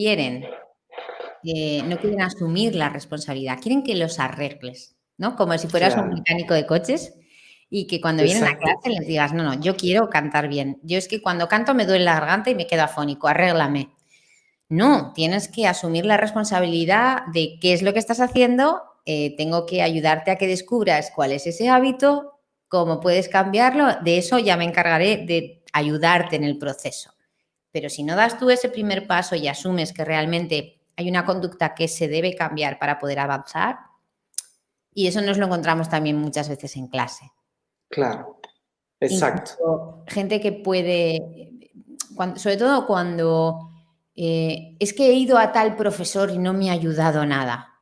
no quieren asumir la responsabilidad, quieren que los arregles, ¿no? Como si fueras un Claro, mecánico de coches y que cuando vienen a exacto. clase les digas, no, no, yo quiero cantar bien. Yo es que cuando canto me duele la garganta y me quedo afónico, arréglame. No, tienes que asumir la responsabilidad de qué es lo que estás haciendo, tengo que ayudarte a que descubras cuál es ese hábito, cómo puedes cambiarlo, de eso ya me encargaré de ayudarte en el proceso. Pero si no das tú ese primer paso y asumes que realmente hay una conducta que se debe cambiar para poder avanzar, y eso nos lo encontramos también muchas veces en clase. Claro, exacto. Incluso gente que puede, sobre todo cuando es que he ido a tal profesor y no me ha ayudado nada.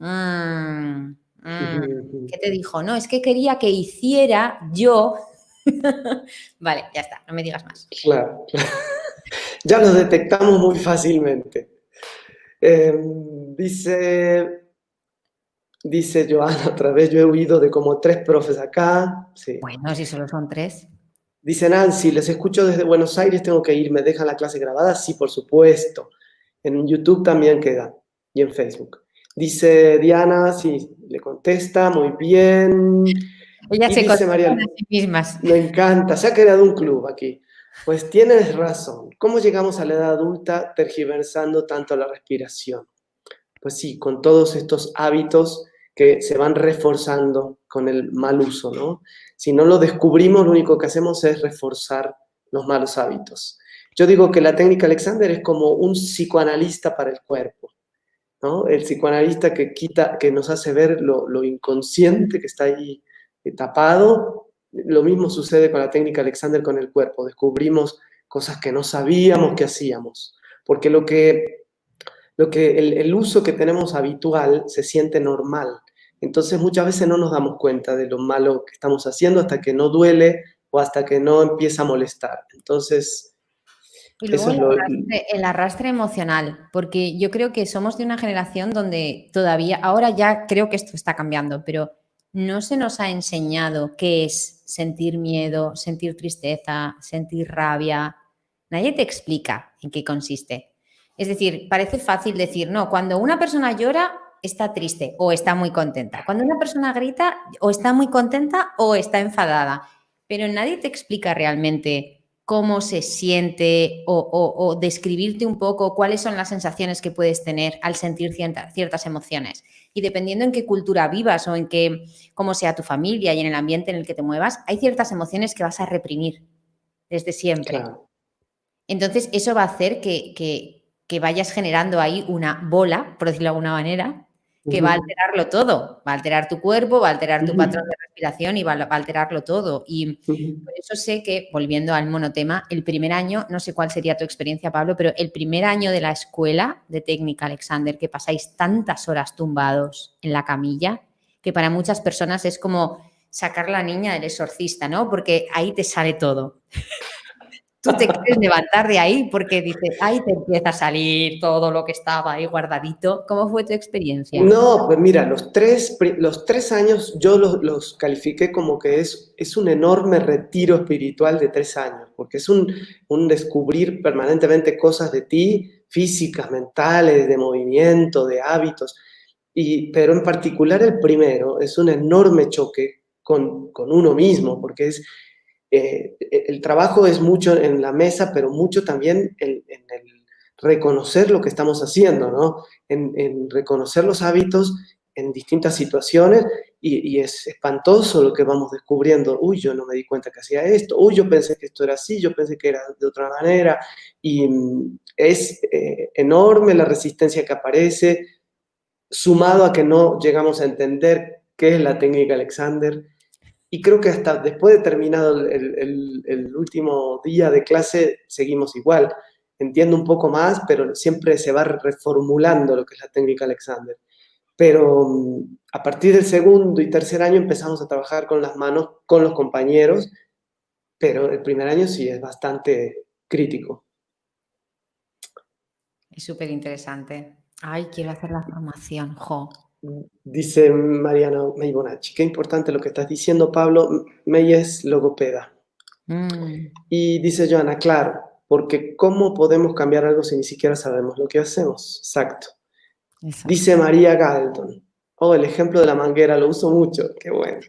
Ujú, ujú. ¿Qué te dijo? No, es que quería que hiciera yo. Vale, ya está, no me digas más. Claro, ya los detectamos muy fácilmente. Eh, dice, dice Joana, otra vez yo he oído de como 3 profes acá. Sí. Bueno, si solo son 3. Dice Nancy, les escucho desde Buenos Aires, tengo que ir, ¿me dejan la clase grabada? Sí, por supuesto. En YouTube también queda y en Facebook. Dice Diana, sí, le contesta, muy bien. Ellas Y se dice contestan María, a sí mismas. me encanta, se ha creado un club aquí. Pues tienes razón. ¿Cómo llegamos a la edad adulta tergiversando tanto la respiración? Pues sí, con todos estos hábitos que se van reforzando con el mal uso, ¿no? Si no lo descubrimos, lo único que hacemos es reforzar los malos hábitos. Yo digo que la técnica Alexander es como un psicoanalista para el cuerpo, ¿no? El psicoanalista que nos hace ver lo inconsciente que está ahí tapado. Lo mismo sucede con la técnica Alexander con el cuerpo. Descubrimos cosas que no sabíamos que hacíamos. Porque el uso que tenemos habitual se siente normal. Entonces muchas veces no nos damos cuenta de lo malo que estamos haciendo hasta que no duele o hasta que no empieza a molestar. Entonces, Y luego eso es el arrastre emocional, porque yo creo que somos de una generación donde todavía, ahora ya creo que esto está cambiando, pero no se nos ha enseñado qué es sentir miedo, sentir tristeza, sentir rabia. Nadie te explica en qué consiste. Es decir, parece fácil decir, no, cuando una persona llora está triste o está muy contenta. Cuando una persona grita o está muy contenta o está enfadada, pero nadie te explica realmente cómo se siente o describirte un poco cuáles son las sensaciones que puedes tener al sentir ciertas emociones. Y dependiendo en qué cultura vivas o en cómo sea tu familia y en el ambiente en el que te muevas, hay ciertas emociones que vas a reprimir desde siempre. claro. Entonces, eso va a hacer que vayas generando ahí una bola, por decirlo de alguna manera, que va a alterarlo todo. Va a alterar tu cuerpo, va a alterar tu patrón de respiración y va a alterarlo todo. Y por eso sé que, volviendo al monotema, el primer año, no sé cuál sería tu experiencia, Pablo, pero el primer año de la escuela de técnica Alexander, que pasáis tantas horas tumbados en la camilla, que para muchas personas es como sacar la niña del exorcista, ¿no? Porque ahí te sale todo. Tú te quieres levantar de ahí porque dices, ahí te empieza a salir todo lo que estaba ahí guardadito. ¿Cómo fue tu experiencia? No, pues mira, los 3 años yo los califiqué como que es un enorme retiro espiritual de 3 años, porque es un descubrir permanentemente cosas de ti, físicas, mentales, de movimiento, de hábitos, pero en particular el primero es un enorme choque con uno mismo, porque el trabajo es mucho en la mesa, pero mucho también en el reconocer lo que estamos haciendo, ¿no? En reconocer los hábitos en distintas situaciones y es espantoso lo que vamos descubriendo. Uy, yo no me di cuenta que hacía esto. Uy, yo pensé que esto era así, yo pensé que era de otra manera. Y es enorme la resistencia que aparece, sumado a que no llegamos a entender qué es la técnica Alexander. Y creo que hasta después de terminado el último día de clase seguimos igual. Entiendo un poco más, pero siempre se va reformulando lo que es la técnica Alexander. Pero a partir del segundo y tercer año empezamos a trabajar con las manos, con los compañeros, pero el primer año sí es bastante crítico. Es súper interesante. Ay, quiero hacer la formación, jo. Dice Mariana Meibonacci, qué importante lo que estás diciendo, Pablo. Mey es logopeda. Y dice Joana, claro, porque ¿cómo podemos cambiar algo si ni siquiera sabemos lo que hacemos? Exacto. Dice María Galdon, oh, el ejemplo de la manguera lo uso mucho, qué bueno.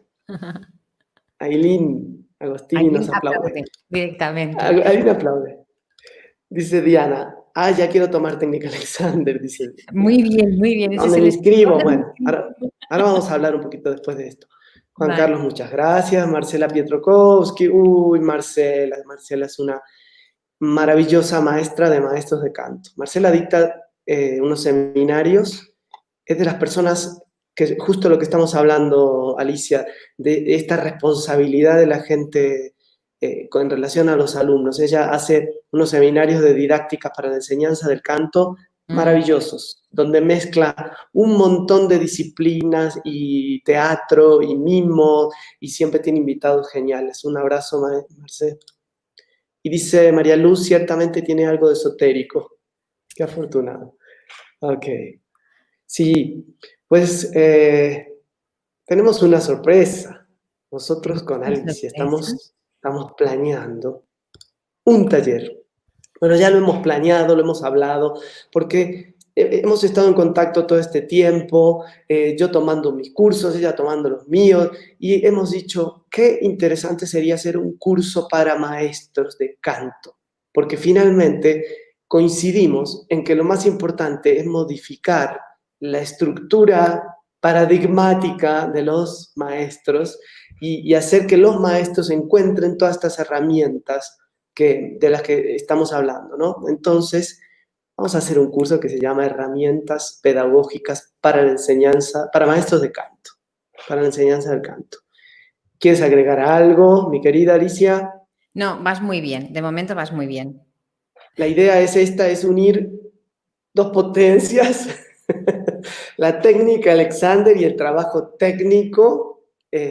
Aileen Agostini nos aplaude. Directamente. Aileen aplaude. Dice Diana, ya quiero tomar técnica Alexander, dice. Muy bien, muy bien. No, me inscribo, bueno, ahora vamos a hablar un poquito después de esto. Juan Carlos, muchas gracias. Marcela Pietrokowski, uy, Marcela es una maravillosa maestra de maestros de canto. Marcela dicta unos seminarios, es de las personas que justo lo que estamos hablando, Alicia, de esta responsabilidad de la gente en relación a los alumnos. Ella hace unos seminarios de didáctica para la enseñanza del canto maravillosos, donde mezcla un montón de disciplinas y teatro y mimo y siempre tiene invitados geniales. Un abrazo, Marcela. Y dice María Luz, ciertamente tiene algo de esotérico. Qué afortunado. Ok. Sí, pues tenemos una sorpresa. Nosotros con Alicia estamos planeando un taller. Bueno, ya lo hemos planeado, lo hemos hablado, porque hemos estado en contacto todo este tiempo, yo tomando mis cursos, ella tomando los míos, y hemos dicho, qué interesante sería hacer un curso para maestros de canto, porque finalmente coincidimos en que lo más importante es modificar la estructura paradigmática de los maestros y hacer que los maestros encuentren todas estas herramientas de las que estamos hablando, ¿no? Entonces, vamos a hacer un curso que se llama Herramientas Pedagógicas para la Enseñanza, para maestros de canto, para la enseñanza del canto. ¿Quieres agregar algo, mi querida Alicia? No, vas muy bien, de momento vas muy bien. La idea es esta, es unir dos potencias, la técnica Alexander y el trabajo técnico.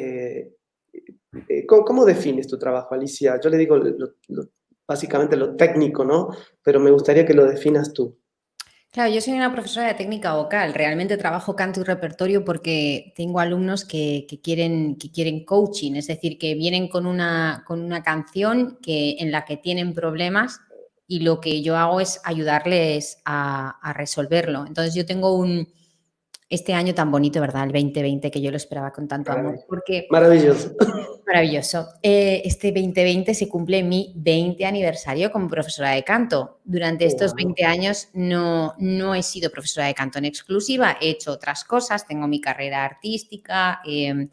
¿Cómo defines tu trabajo, Alicia? Yo le digo básicamente lo técnico, ¿no? Pero me gustaría que lo definas tú. Claro, yo soy una profesora de técnica vocal. Realmente trabajo canto y repertorio porque tengo alumnos que quieren coaching, es decir, que vienen con una canción en la que tienen problemas y lo que yo hago es ayudarles a resolverlo. Entonces yo tengo este año tan bonito, ¿verdad? El 2020, que yo lo esperaba con tanto amor, porque Maravilloso. maravilloso. Este 2020 se cumple mi 20 aniversario como profesora de canto. Durante estos 20 años no he sido profesora de canto en exclusiva, he hecho otras cosas, tengo mi carrera artística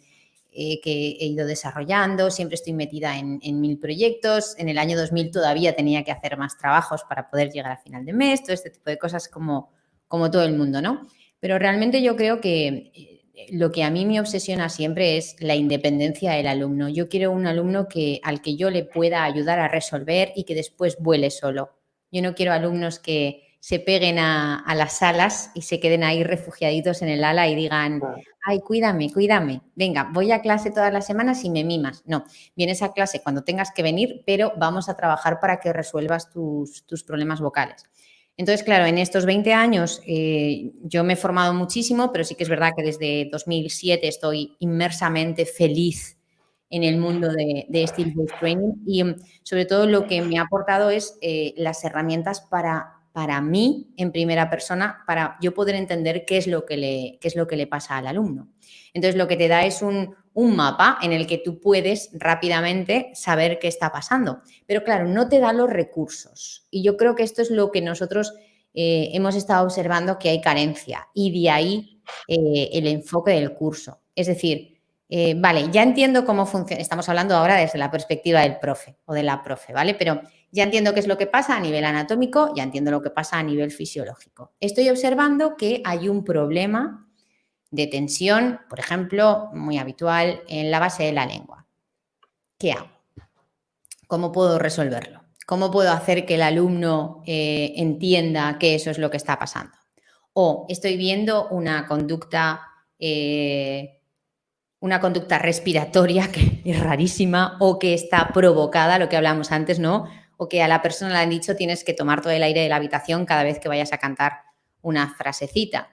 que he ido desarrollando, siempre estoy metida en 1000 proyectos. En el año 2000 todavía tenía que hacer más trabajos para poder llegar a final de mes, todo este tipo de cosas como todo el mundo, ¿no? Pero realmente yo creo que lo que a mí me obsesiona siempre es la independencia del alumno. Yo quiero un alumno al que yo le pueda ayudar a resolver y que después vuele solo. Yo no quiero alumnos que se peguen a las salas y se queden ahí refugiaditos en el ala y digan, ay, cuídame, cuídame. Venga, voy a clase todas las semanas y me mimas. No, vienes a clase cuando tengas que venir, pero vamos a trabajar para que resuelvas tus problemas vocales. Entonces, claro, en estos 20 años yo me he formado muchísimo, pero sí que es verdad que desde 2007 estoy inmersamente feliz en el mundo de Steel Voice Training y sobre todo lo que me ha aportado es las herramientas para mí en primera persona, para yo poder entender qué es lo que le pasa al alumno. Entonces, lo que te da es un mapa en el que tú puedes rápidamente saber qué está pasando. Pero claro, no te da los recursos. Y yo creo que esto es lo que nosotros hemos estado observando, que hay carencia. Y de ahí el enfoque del curso. Es decir, vale, ya entiendo cómo funciona. Estamos hablando ahora desde la perspectiva del profe o de la profe, ¿vale? Pero ya entiendo qué es lo que pasa a nivel anatómico, ya entiendo lo que pasa a nivel fisiológico. Estoy observando que hay un problema de tensión, por ejemplo, muy habitual en la base de la lengua. ¿Qué hago? ¿Cómo puedo resolverlo? ¿Cómo puedo hacer que el alumno entienda que eso es lo que está pasando? O estoy viendo una conducta respiratoria que es rarísima o que está provocada, lo que hablamos antes, ¿no? O que a la persona le han dicho tienes que tomar todo el aire de la habitación cada vez que vayas a cantar una frasecita.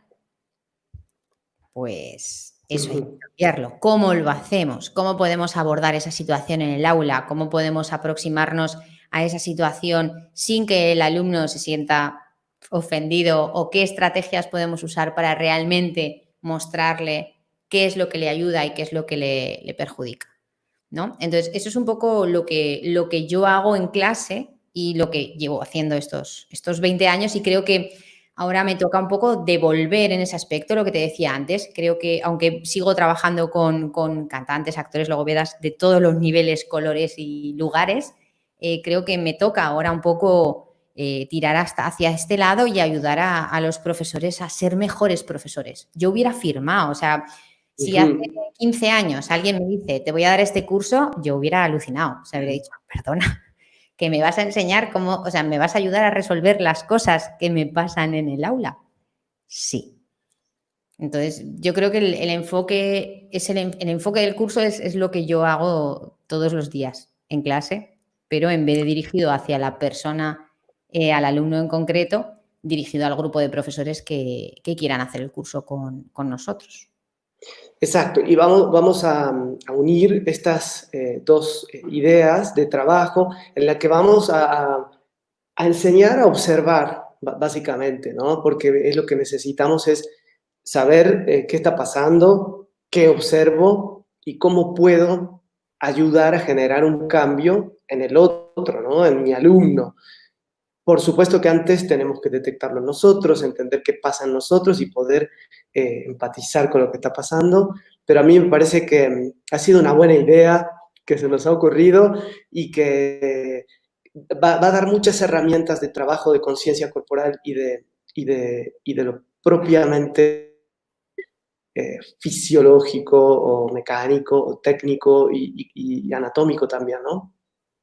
Pues eso hay que cambiarlo. ¿Cómo lo hacemos? ¿Cómo podemos abordar esa situación en el aula? ¿Cómo podemos aproximarnos a esa situación sin que el alumno se sienta ofendido? ¿O qué estrategias podemos usar para realmente mostrarle qué es lo que le ayuda y qué es lo que le perjudica? ¿No? Entonces, eso es un poco lo que yo hago en clase y lo que llevo haciendo estos 20 años, y creo que ahora me toca un poco devolver en ese aspecto lo que te decía antes. Creo que, aunque sigo trabajando con cantantes, actores, logopedas de todos los niveles, colores y lugares, creo que me toca ahora un poco tirar hacia este lado y ayudar a los profesores a ser mejores profesores. Yo hubiera firmado, o sea, si hace 15 años alguien me dice, te voy a dar este curso, yo hubiera alucinado. O sea, hubiera dicho, perdona, que me vas a enseñar cómo, o sea, me vas a ayudar a resolver las cosas que me pasan en el aula. Sí. Entonces, yo creo que el enfoque el enfoque del curso es lo que yo hago todos los días en clase, pero en vez de dirigido hacia la persona, al alumno en concreto, dirigido al grupo de profesores que quieran hacer el curso con nosotros. Exacto, y vamos a unir estas dos ideas de trabajo en la que vamos a enseñar a observar, básicamente, ¿no? Porque es lo que necesitamos es saber qué está pasando, qué observo y cómo puedo ayudar a generar un cambio en el otro, ¿no? En mi alumno. Por supuesto que antes tenemos que detectarlo nosotros, entender qué pasa en nosotros y poder empatizar con lo que está pasando, pero a mí me parece que ha sido una buena idea que se nos ha ocurrido y que va a dar muchas herramientas de trabajo de conciencia corporal y de lo propiamente fisiológico o mecánico o técnico y anatómico también, ¿no?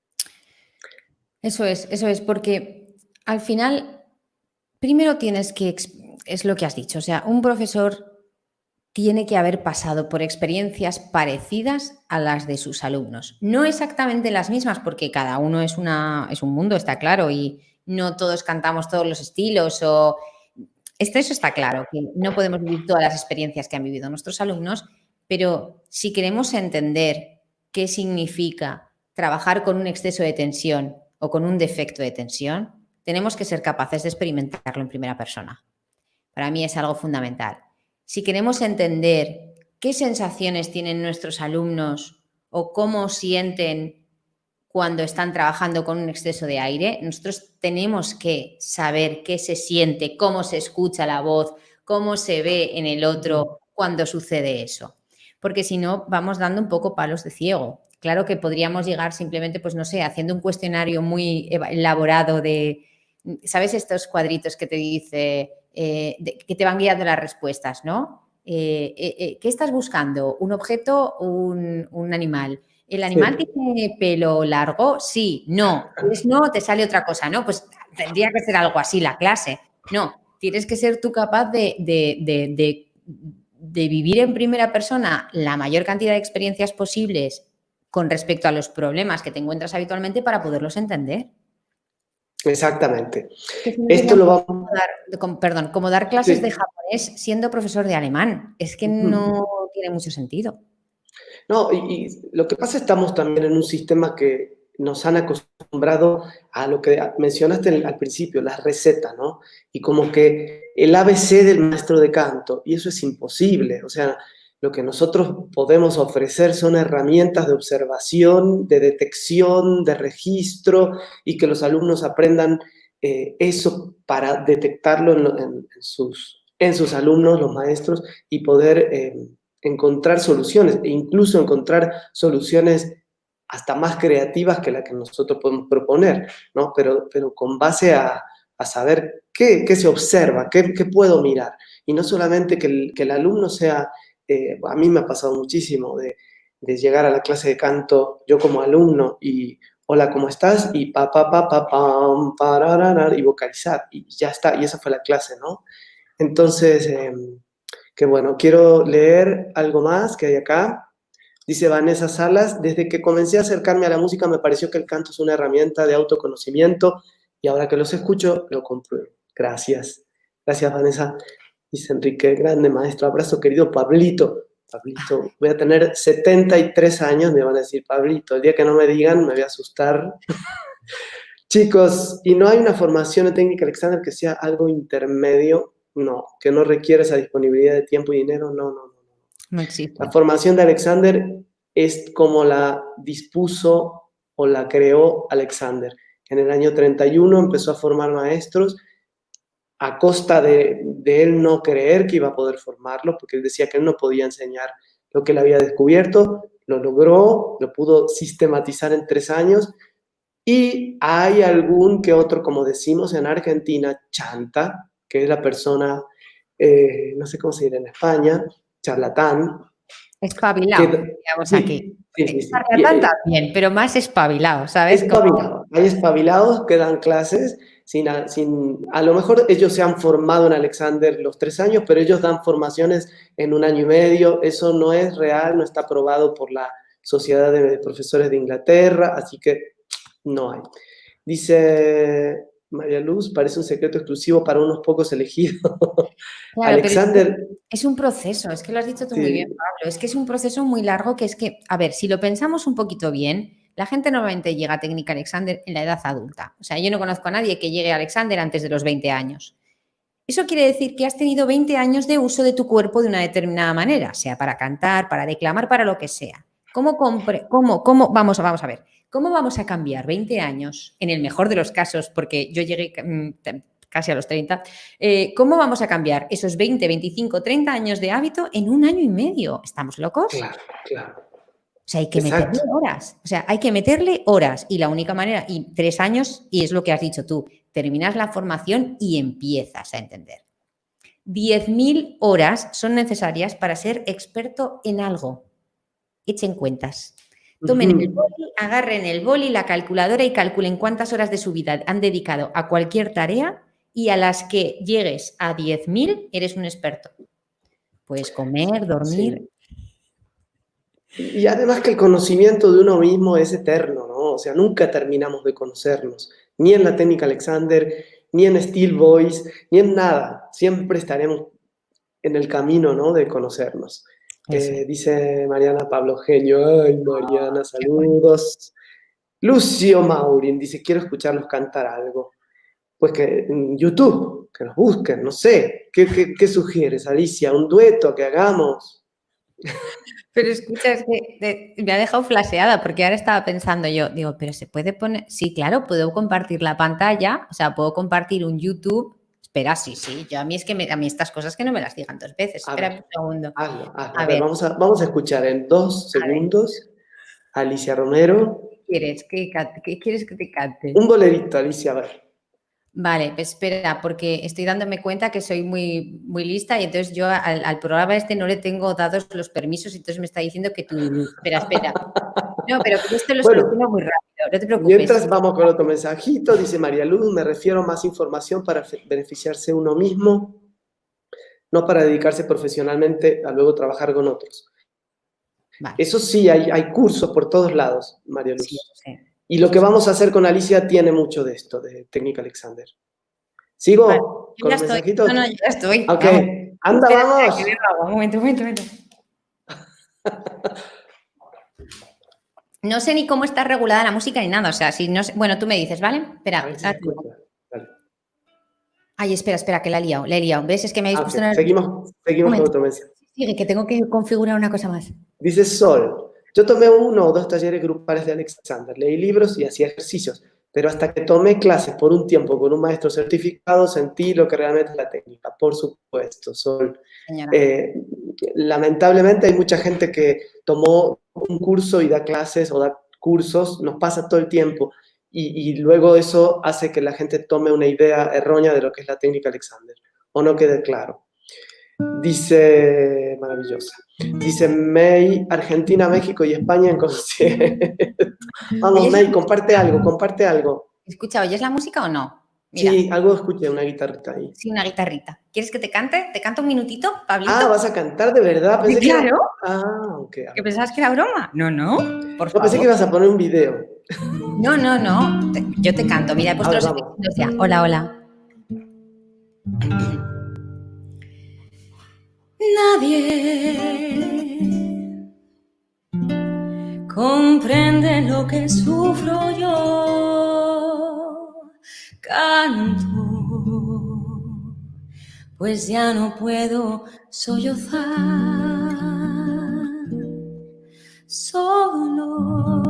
Eso es, porque al final, primero tienes que, es lo que has dicho, o sea, un profesor tiene que haber pasado por experiencias parecidas a las de sus alumnos. No exactamente las mismas, porque cada uno es un mundo, está claro, y no todos cantamos todos los estilos o... Eso está claro, que no podemos vivir todas las experiencias que han vivido nuestros alumnos, pero si queremos entender qué significa trabajar con un exceso de tensión o con un defecto de tensión, tenemos que ser capaces de experimentarlo en primera persona. Para mí es algo fundamental. Si queremos entender qué sensaciones tienen nuestros alumnos o cómo sienten cuando están trabajando con un exceso de aire, nosotros tenemos que saber qué se siente, cómo se escucha la voz, cómo se ve en el otro cuando sucede eso. Porque si no, vamos dando un poco palos de ciego. Claro que podríamos llegar simplemente, pues no sé, haciendo un cuestionario muy elaborado de, ¿sabes? Estos cuadritos que te dice, que te van guiando las respuestas, ¿no? ¿Qué estás buscando? ¿Un objeto o un animal? ¿El animal Sí. tiene pelo largo? Sí, no. Pues no, te sale otra cosa, ¿no? Pues tendría que ser algo así la clase. No, tienes que ser tú capaz de vivir en primera persona la mayor cantidad de experiencias posibles con respecto a los problemas que te encuentras habitualmente para poderlos entender. Exactamente. Que si no Esto sería lo vamos... como dar clases de Sí. japonés siendo profesor de alemán. Es que no tiene mucho sentido. No, y lo que pasa, estamos también en un sistema que nos han acostumbrado a lo que mencionaste al principio, las recetas, ¿no? Y como que el ABC del maestro de canto, y eso es imposible. O sea, lo que nosotros podemos ofrecer son herramientas de observación, de detección, de registro, y que los alumnos aprendan eso para detectarlo en sus alumnos, los maestros, y poder... encontrar soluciones e incluso encontrar soluciones hasta más creativas que las que nosotros podemos proponer, ¿no? Pero con base a saber qué se observa, qué puedo mirar. Y no solamente que el alumno sea, a mí me ha pasado muchísimo de llegar a la clase de canto, yo como alumno, y hola, ¿cómo estás? Y pam, parararar, y vocalizar, y ya está, y esa fue la clase, ¿no? Entonces, que bueno, quiero leer algo más que hay acá. Dice Vanessa Salas, desde que comencé a acercarme a la música me pareció que el canto es una herramienta de autoconocimiento y ahora que los escucho lo compruebo. Gracias. Gracias, Vanessa. Dice Enrique, grande maestro. Abrazo, querido Pablito. Pablito, voy a tener 73 años, me van a decir Pablito. El día que no me digan me voy a asustar. Chicos, ¿y no hay una formación en técnica, Alexander, que sea algo intermedio? No, que no requiera esa disponibilidad de tiempo y dinero. No, no, no. No existe. La formación de Alexander es como la dispuso o la creó Alexander. En el año 31 empezó a formar maestros a costa de él no creer que iba a poder formarlos, porque él decía que él no podía enseñar lo que él había descubierto. Lo logró, lo pudo sistematizar en 3 años. Y hay algún que otro, como decimos en Argentina, chanta, que es la persona, no sé cómo se dice en España, charlatán, Espabilado, que digamos aquí. sí, sí, sí, sí. Charlatán también, pero más espabilado, ¿sabes? Espabilado. Hay espabilados que dan clases a lo mejor ellos se han formado en Alexander los 3 años, pero ellos dan formaciones en 1 año y medio. Eso no es real, no está aprobado por la Sociedad de Profesores de Inglaterra, así que no hay. Dice María Luz, parece un secreto exclusivo para unos pocos elegidos. Claro, pero Alexander, es un proceso, es que lo has dicho tú muy bien, sí, Pablo, es que es un proceso muy largo que es que, a ver, si lo pensamos un poquito bien, la gente normalmente llega a técnica Alexander en la edad adulta. O sea, yo no conozco a nadie que llegue a Alexander antes de los 20 años. Eso quiere decir que has tenido 20 años de uso de tu cuerpo de una determinada manera, sea para cantar, para declamar, para lo que sea. Vamos a ver, ¿cómo vamos a cambiar 20 años, en el mejor de los casos, porque yo llegué casi a los 30, ¿cómo vamos a cambiar esos 20, 25, 30 años de hábito en 1 año y medio? ¿Estamos locos? claro, claro. O sea, hay que meterle horas. O sea, hay que meterle horas. Y la única manera, y 3 años, y es lo que has dicho tú, terminas la formación y empiezas a entender. 10.000 horas son necesarias para ser experto en algo. Echen cuentas. Tomen el boli, agarren el boli, la calculadora y calculen cuántas horas de su vida han dedicado a cualquier tarea y a las que llegues a 10.000 eres un experto. Puedes comer, dormir. Sí. Y además que el conocimiento de uno mismo es eterno, ¿no? O sea, nunca terminamos de conocernos, ni en la técnica Alexander, ni en Steel Voice, ni en nada. Siempre estaremos en el camino, ¿no? De conocernos. Dice Mariana Pablo Genio. Ay, Mariana, saludos. Lucio Maurin dice, quiero escucharlos cantar algo. Pues que en YouTube, que nos busquen, no sé. ¿Qué sugieres, Alicia? ¿Un dueto que hagamos? Pero escucha, es que me ha dejado flasheada porque ahora estaba pensando yo, digo, pero se puede poner, sí, claro, puedo compartir la pantalla, o sea, puedo compartir un YouTube. Espera, sí, yo a mí es que a mí estas cosas que no me las digan 2 veces. Espera un segundo. Hazlo. A ver, vamos a escuchar en 2 segundos a Alicia Romero. ¿Qué quieres que te cante? Un bolerito, Alicia, a ver. Vale, pues espera, porque estoy dándome cuenta que soy muy, muy lista y entonces yo al programa no le tengo dados los permisos y entonces me está diciendo que tú... Espera. No, pero esto lo soluciono muy rápido, no te preocupes. Mientras vamos con otro mensajito, dice María Luz, me refiero a más información para beneficiarse uno mismo, no para dedicarse profesionalmente a luego trabajar con otros. Vale. Eso sí, hay cursos por todos lados, María Luz. Sí. Y lo que vamos a hacer con Alicia tiene mucho de esto, de técnica Alexander. ¿Sigo vale, con los mensajitos? No, ya estoy. Ok, vamos. Anda, vamos. Un momento. No sé ni cómo está regulada la música ni nada, o sea, si no sé, bueno, tú me dices, ¿vale? Espera. Vale. Ay, espera, que la he liado. ¿Ves? Es que me habéis puesto en el... Seguimos con otro mensaje. Sigue, que tengo que configurar una cosa más. Dice Sol, yo tomé 1 o 2 talleres grupales de Alexander, leí libros y hacía ejercicios, pero hasta que tomé clases por un tiempo con un maestro certificado, sentí lo que realmente es la técnica. Por supuesto, Sol. Lamentablemente hay mucha gente que tomó un curso y da clases o da cursos, nos pasa todo el tiempo, y luego eso hace que la gente tome una idea errónea de lo que es la técnica Alexander, o no quede claro. Dice, maravillosa, dice May, Argentina, México y España en concierto. Vamos, May, comparte algo. Escucha, ¿oyes la música o no? Mira. Sí, algo escuché, una guitarrita ahí. Sí, una guitarrita. ¿Quieres que te cante? ¿Te canto un minutito, Pablito? Ah, ¿vas a cantar de verdad? Pensé claro. Ok. ¿Que pensabas que era broma? No, por favor. Pensé que ibas a poner un video. No. Yo te canto. Mira, he puesto los segundos ya. Hola. Nadie comprende lo que sufro yo. Canto, pues ya no puedo sollozar. Solo,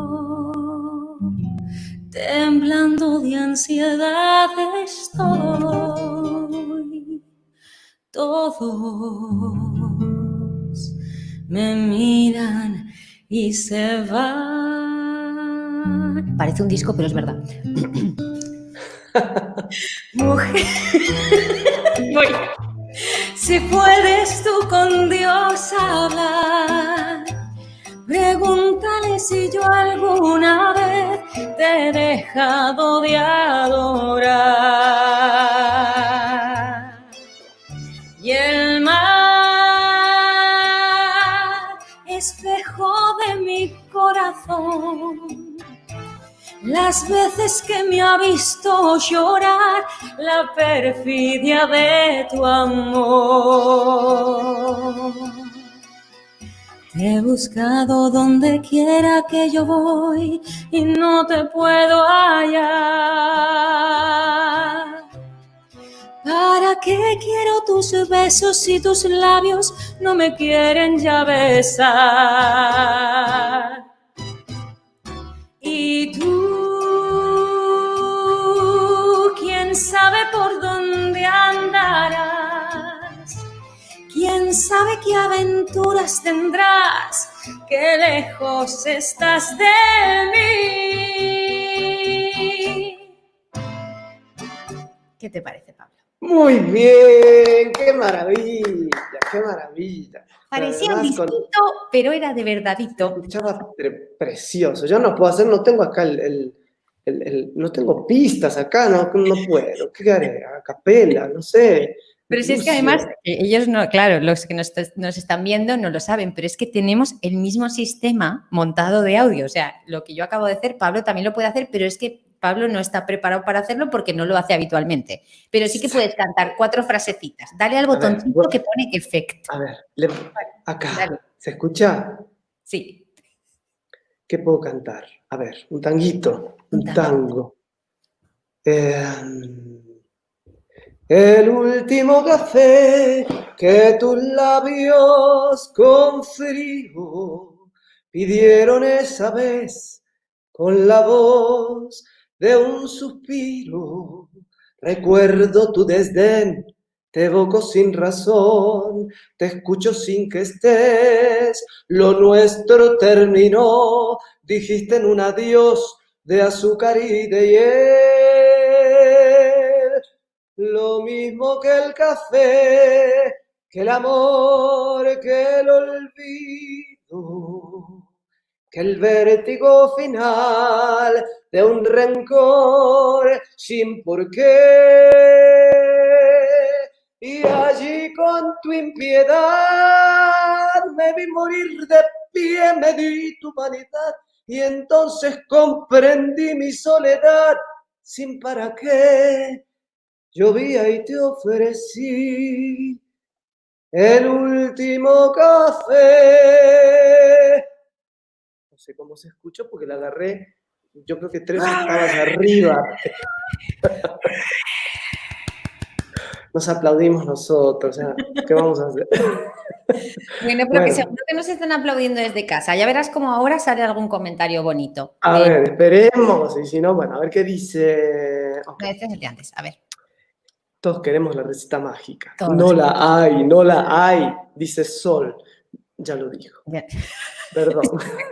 temblando de ansiedad estoy. Todos me miran y se van. Parece un disco, pero es verdad. Mujer, si puedes tú con Dios hablar, pregúntale si yo alguna vez te he dejado de adorar. Y el mar, espejo de mi corazón, las veces que me ha visto llorar, la perfidia de tu amor. Te he buscado donde quiera que yo voy y no te puedo hallar. ¿Para qué quiero tus besos si tus labios no me quieren ya besar? Y tú, quién sabe por dónde andarás, quién sabe qué aventuras tendrás, qué lejos estás de mí. ¿Qué te parece, Pablo? Muy bien, qué maravilla, qué maravilla. Parecía un Además, distinto, pero era de verdadito. escuchaba precioso. Yo no puedo hacer, no tengo acá no tengo pistas acá, no puedo. ¿Qué haré? A capela, no sé. Pero si es que además, ellos no, claro, los que nos están viendo no lo saben, pero es que tenemos el mismo sistema montado de audio. O sea, lo que yo acabo de hacer, Pablo también lo puede hacer, pero es que Pablo no está preparado para hacerlo porque no lo hace habitualmente. Pero sí que puedes cantar 4 frasecitas. Dale al botoncito que pone efecto. A ver, acá. Dale. ¿Se escucha? Sí. ¿Qué puedo cantar? A ver, un tanguito, un tango. El último café que tus labios con frío pidieron esa vez con la voz de un suspiro. Recuerdo tu desdén, te evoco sin razón, te escucho sin que estés. Lo nuestro terminó, dijiste en un adiós de azúcar y de hiel. Lo mismo que el café, que el amor, que el olvido, que el vértigo final de un rencor sin porqué. Y allí con tu impiedad me vi morir de pie, me di tu vanidad y entonces comprendí mi soledad sin para qué. Llovía y te ofrecí el último café. No sé cómo se escuchó porque la agarré, yo creo que 3 octavas arriba. Nos aplaudimos nosotros, o sea, ¿qué vamos a hacer? Bueno, pero que seguro que nos están aplaudiendo desde casa. Ya verás cómo ahora sale algún comentario bonito. A ver, esperemos, y si no, bueno, a ver qué dice. Okay. Este es el de antes, a ver. Todos queremos la receta mágica. Todos. No la hay, no la hay, dice Sol. Ya lo dijo. Bien. Perdón.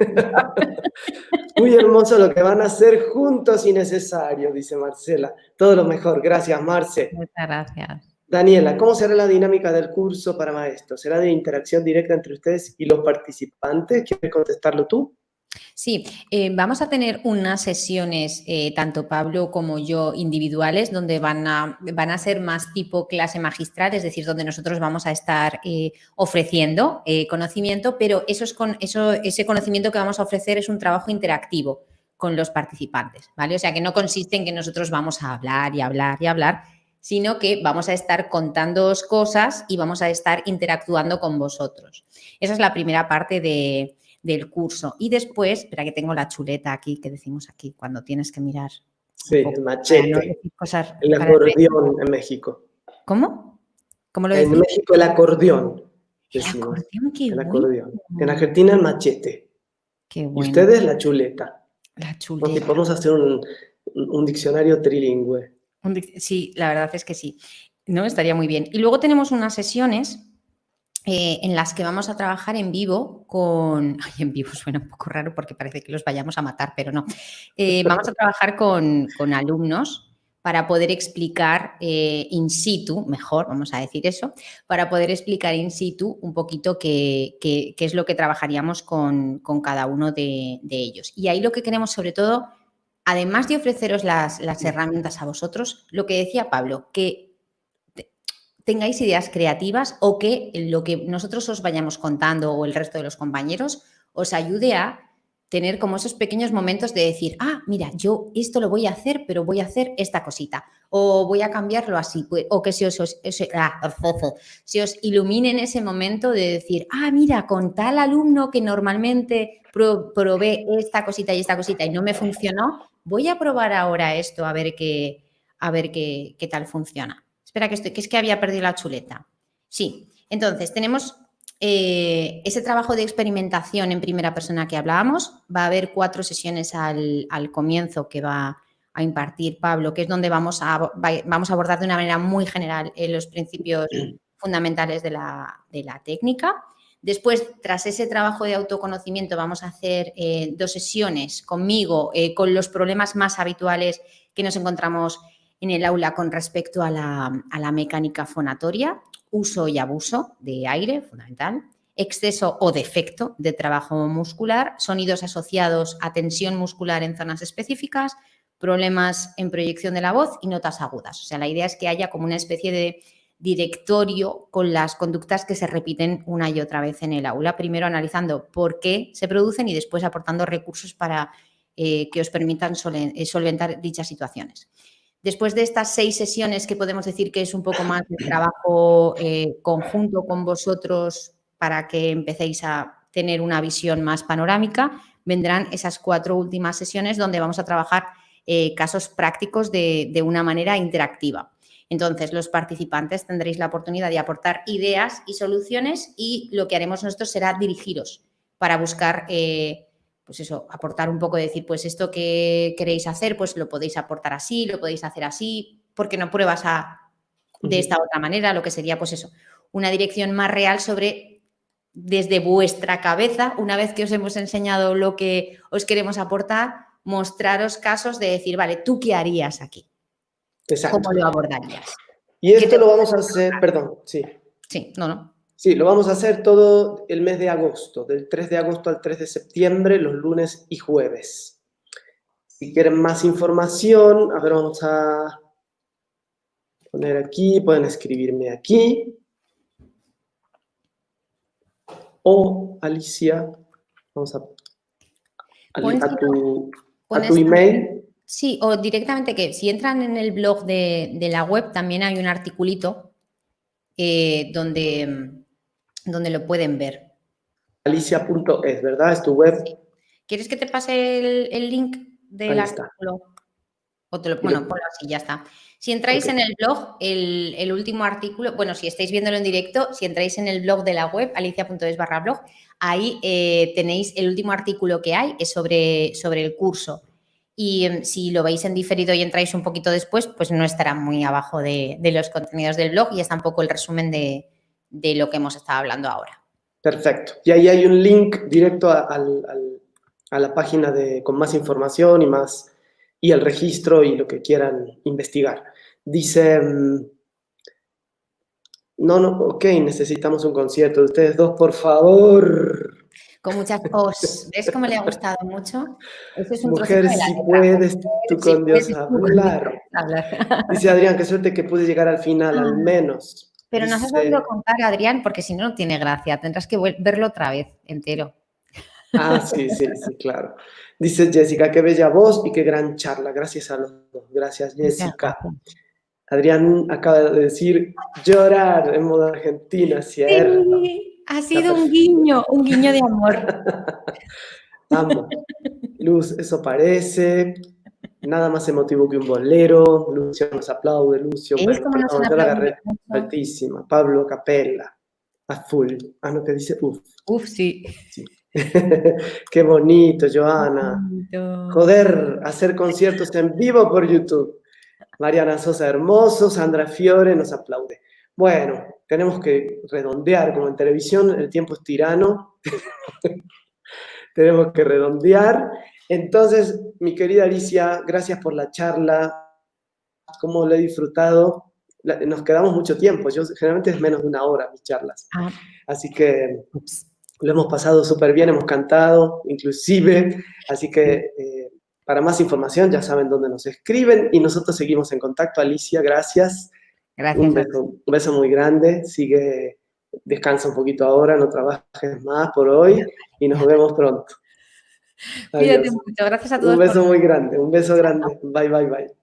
Muy hermoso lo que van a hacer juntos y necesario, dice Marcela. Todo lo mejor. Gracias, Marce. Muchas gracias. Daniela, ¿cómo será la dinámica del curso para maestros? ¿Será de interacción directa entre ustedes y los participantes? ¿Quieres contestarlo tú? Sí, vamos a tener unas sesiones, tanto Pablo como yo, individuales, donde van a ser más tipo clase magistral, es decir, donde nosotros vamos a estar ofreciendo conocimiento, pero ese conocimiento que vamos a ofrecer es un trabajo interactivo con los participantes, ¿vale? O sea, que no consiste en que nosotros vamos a hablar y hablar y hablar, sino que vamos a estar contándoos cosas y vamos a estar interactuando con vosotros. Esa es la primera parte del curso. Y después, espera que tengo la chuleta aquí, que decimos aquí, cuando tienes que mirar. Sí, el machete, no cosas el acordeón en México. ¿Cómo? ¿Cómo lo decís? En México el acordeón. Decimos. El acordeón, qué el bueno. acordeón. En Argentina el machete. Qué bueno. Y ustedes la chuleta. La chuleta. Porque podemos hacer un diccionario trilingüe. Sí, la verdad es que sí. No, estaría muy bien. Y luego tenemos unas sesiones en las que vamos a trabajar en vivo con... Ay, en vivo suena un poco raro porque parece que los vayamos a matar, pero no. Vamos a trabajar con alumnos para poder explicar in situ, mejor, vamos a decir eso, para poder explicar in situ un poquito qué es lo que trabajaríamos con cada uno de ellos. Y ahí lo que queremos sobre todo, además de ofreceros las herramientas a vosotros, lo que decía Pablo, que tengáis ideas creativas o que lo que nosotros os vayamos contando o el resto de los compañeros os ayude a tener como esos pequeños momentos de decir, mira, yo esto lo voy a hacer, pero voy a hacer esta cosita o voy a cambiarlo así, o que se os ilumine en ese momento de decir, mira, con tal alumno que normalmente probé esta cosita y no me funcionó, voy a probar ahora esto a ver qué tal funciona. Espera, que es que había perdido la chuleta. Sí, entonces tenemos ese trabajo de experimentación en primera persona que hablábamos. Va a haber 4 sesiones al comienzo que va a impartir Pablo, que es donde vamos a abordar de una manera muy general los principios fundamentales de la técnica. Después, tras ese trabajo de autoconocimiento, vamos a hacer 2 sesiones conmigo con los problemas más habituales que nos encontramos en el aula con respecto a la mecánica fonatoria, uso y abuso de aire, fundamental, exceso o defecto de trabajo muscular, sonidos asociados a tensión muscular en zonas específicas, problemas en proyección de la voz y notas agudas. O sea, la idea es que haya como una especie de directorio con las conductas que se repiten una y otra vez en el aula, primero analizando por qué se producen y después aportando recursos para que os permitan solventar dichas situaciones. Después de estas 6 sesiones, que podemos decir que es un poco más de trabajo conjunto con vosotros para que empecéis a tener una visión más panorámica, vendrán esas 4 últimas sesiones donde vamos a trabajar casos prácticos de una manera interactiva. Entonces, los participantes tendréis la oportunidad de aportar ideas y soluciones y lo que haremos nosotros será dirigiros para buscar, pues eso, aportar un poco de decir, pues esto que queréis hacer, pues lo podéis aportar así, lo podéis hacer así, porque no pruebas de esta otra manera, lo que sería, pues eso, una dirección más real sobre, desde vuestra cabeza, una vez que os hemos enseñado lo que os queremos aportar, mostraros casos de decir, vale, ¿tú qué harías aquí? Exacto. ¿Cómo lo abordarías? Y esto lo vamos a hacer, perdón, sí. Sí, no. Sí, lo vamos a hacer todo el mes de agosto, del 3 de agosto al 3 de septiembre, los lunes y jueves. Si quieren más información, a ver, vamos a poner aquí, pueden escribirme aquí. O Alicia, vamos a tu email. Sí, o directamente que si entran en el blog de la web también hay un articulito donde lo pueden ver. Alicia.es, ¿verdad? Es tu web. Sí. ¿Quieres que te pase el link del artículo? Bueno, ponlo así, ya está. Si entráis en el blog, el último artículo, bueno, si estáis viéndolo en directo, si entráis en el blog de la web, alicia.es/blog, ahí tenéis el último artículo que hay, es sobre el curso. Y si lo veis en diferido y entráis un poquito después, pues no estará muy abajo de los contenidos del blog y está un poco el resumen de lo que hemos estado hablando ahora. Perfecto. Y ahí hay un link directo a la página con más información y el registro y lo que quieran investigar. Dice, ok, necesitamos un concierto de ustedes dos, por favor. Con muchas os. ¿Ves cómo le ha gustado mucho? Eso es un Mujer, si puedes, tú con Dios hablar. Dice Adrián, qué suerte que pude llegar al final, al menos. Pero no has podido contar, Adrián, porque si no, no tiene gracia. Tendrás que verlo otra vez, entero. Sí, claro. Dice Jessica, qué bella voz y qué gran charla. Gracias a los dos. Gracias, Jessica. Adrián acaba de decir llorar en modo argentina, ¿cierto? Sí, ha sido un guiño de amor. Amo. Luz, eso parece. Nada más emotivo que un bolero. Lucio nos aplaude, Lucio. Es como nos yo la agarré altísima. Pablo Capella, a full. No, que dice uf. Uf, sí. Qué bonito, Joana. Joder, hacer conciertos en vivo por YouTube. Mariana Sosa, hermoso. Sandra Fiore nos aplaude. Bueno, tenemos que redondear, como en televisión el tiempo es tirano. Tenemos que redondear. Entonces, mi querida Alicia, gracias por la charla. Cómo lo he disfrutado. Nos quedamos mucho tiempo. Yo generalmente es menos de una hora mis charlas. Así que lo hemos pasado súper bien, hemos cantado, inclusive. Así que para más información ya saben dónde nos escriben y nosotros seguimos en contacto. Alicia, gracias. Gracias. Un beso muy grande. Descansa un poquito ahora, no trabajes más por hoy y nos vemos pronto. Cuídate mucho. Gracias a todos. Un beso muy grande, un beso grande. Bye, bye, bye.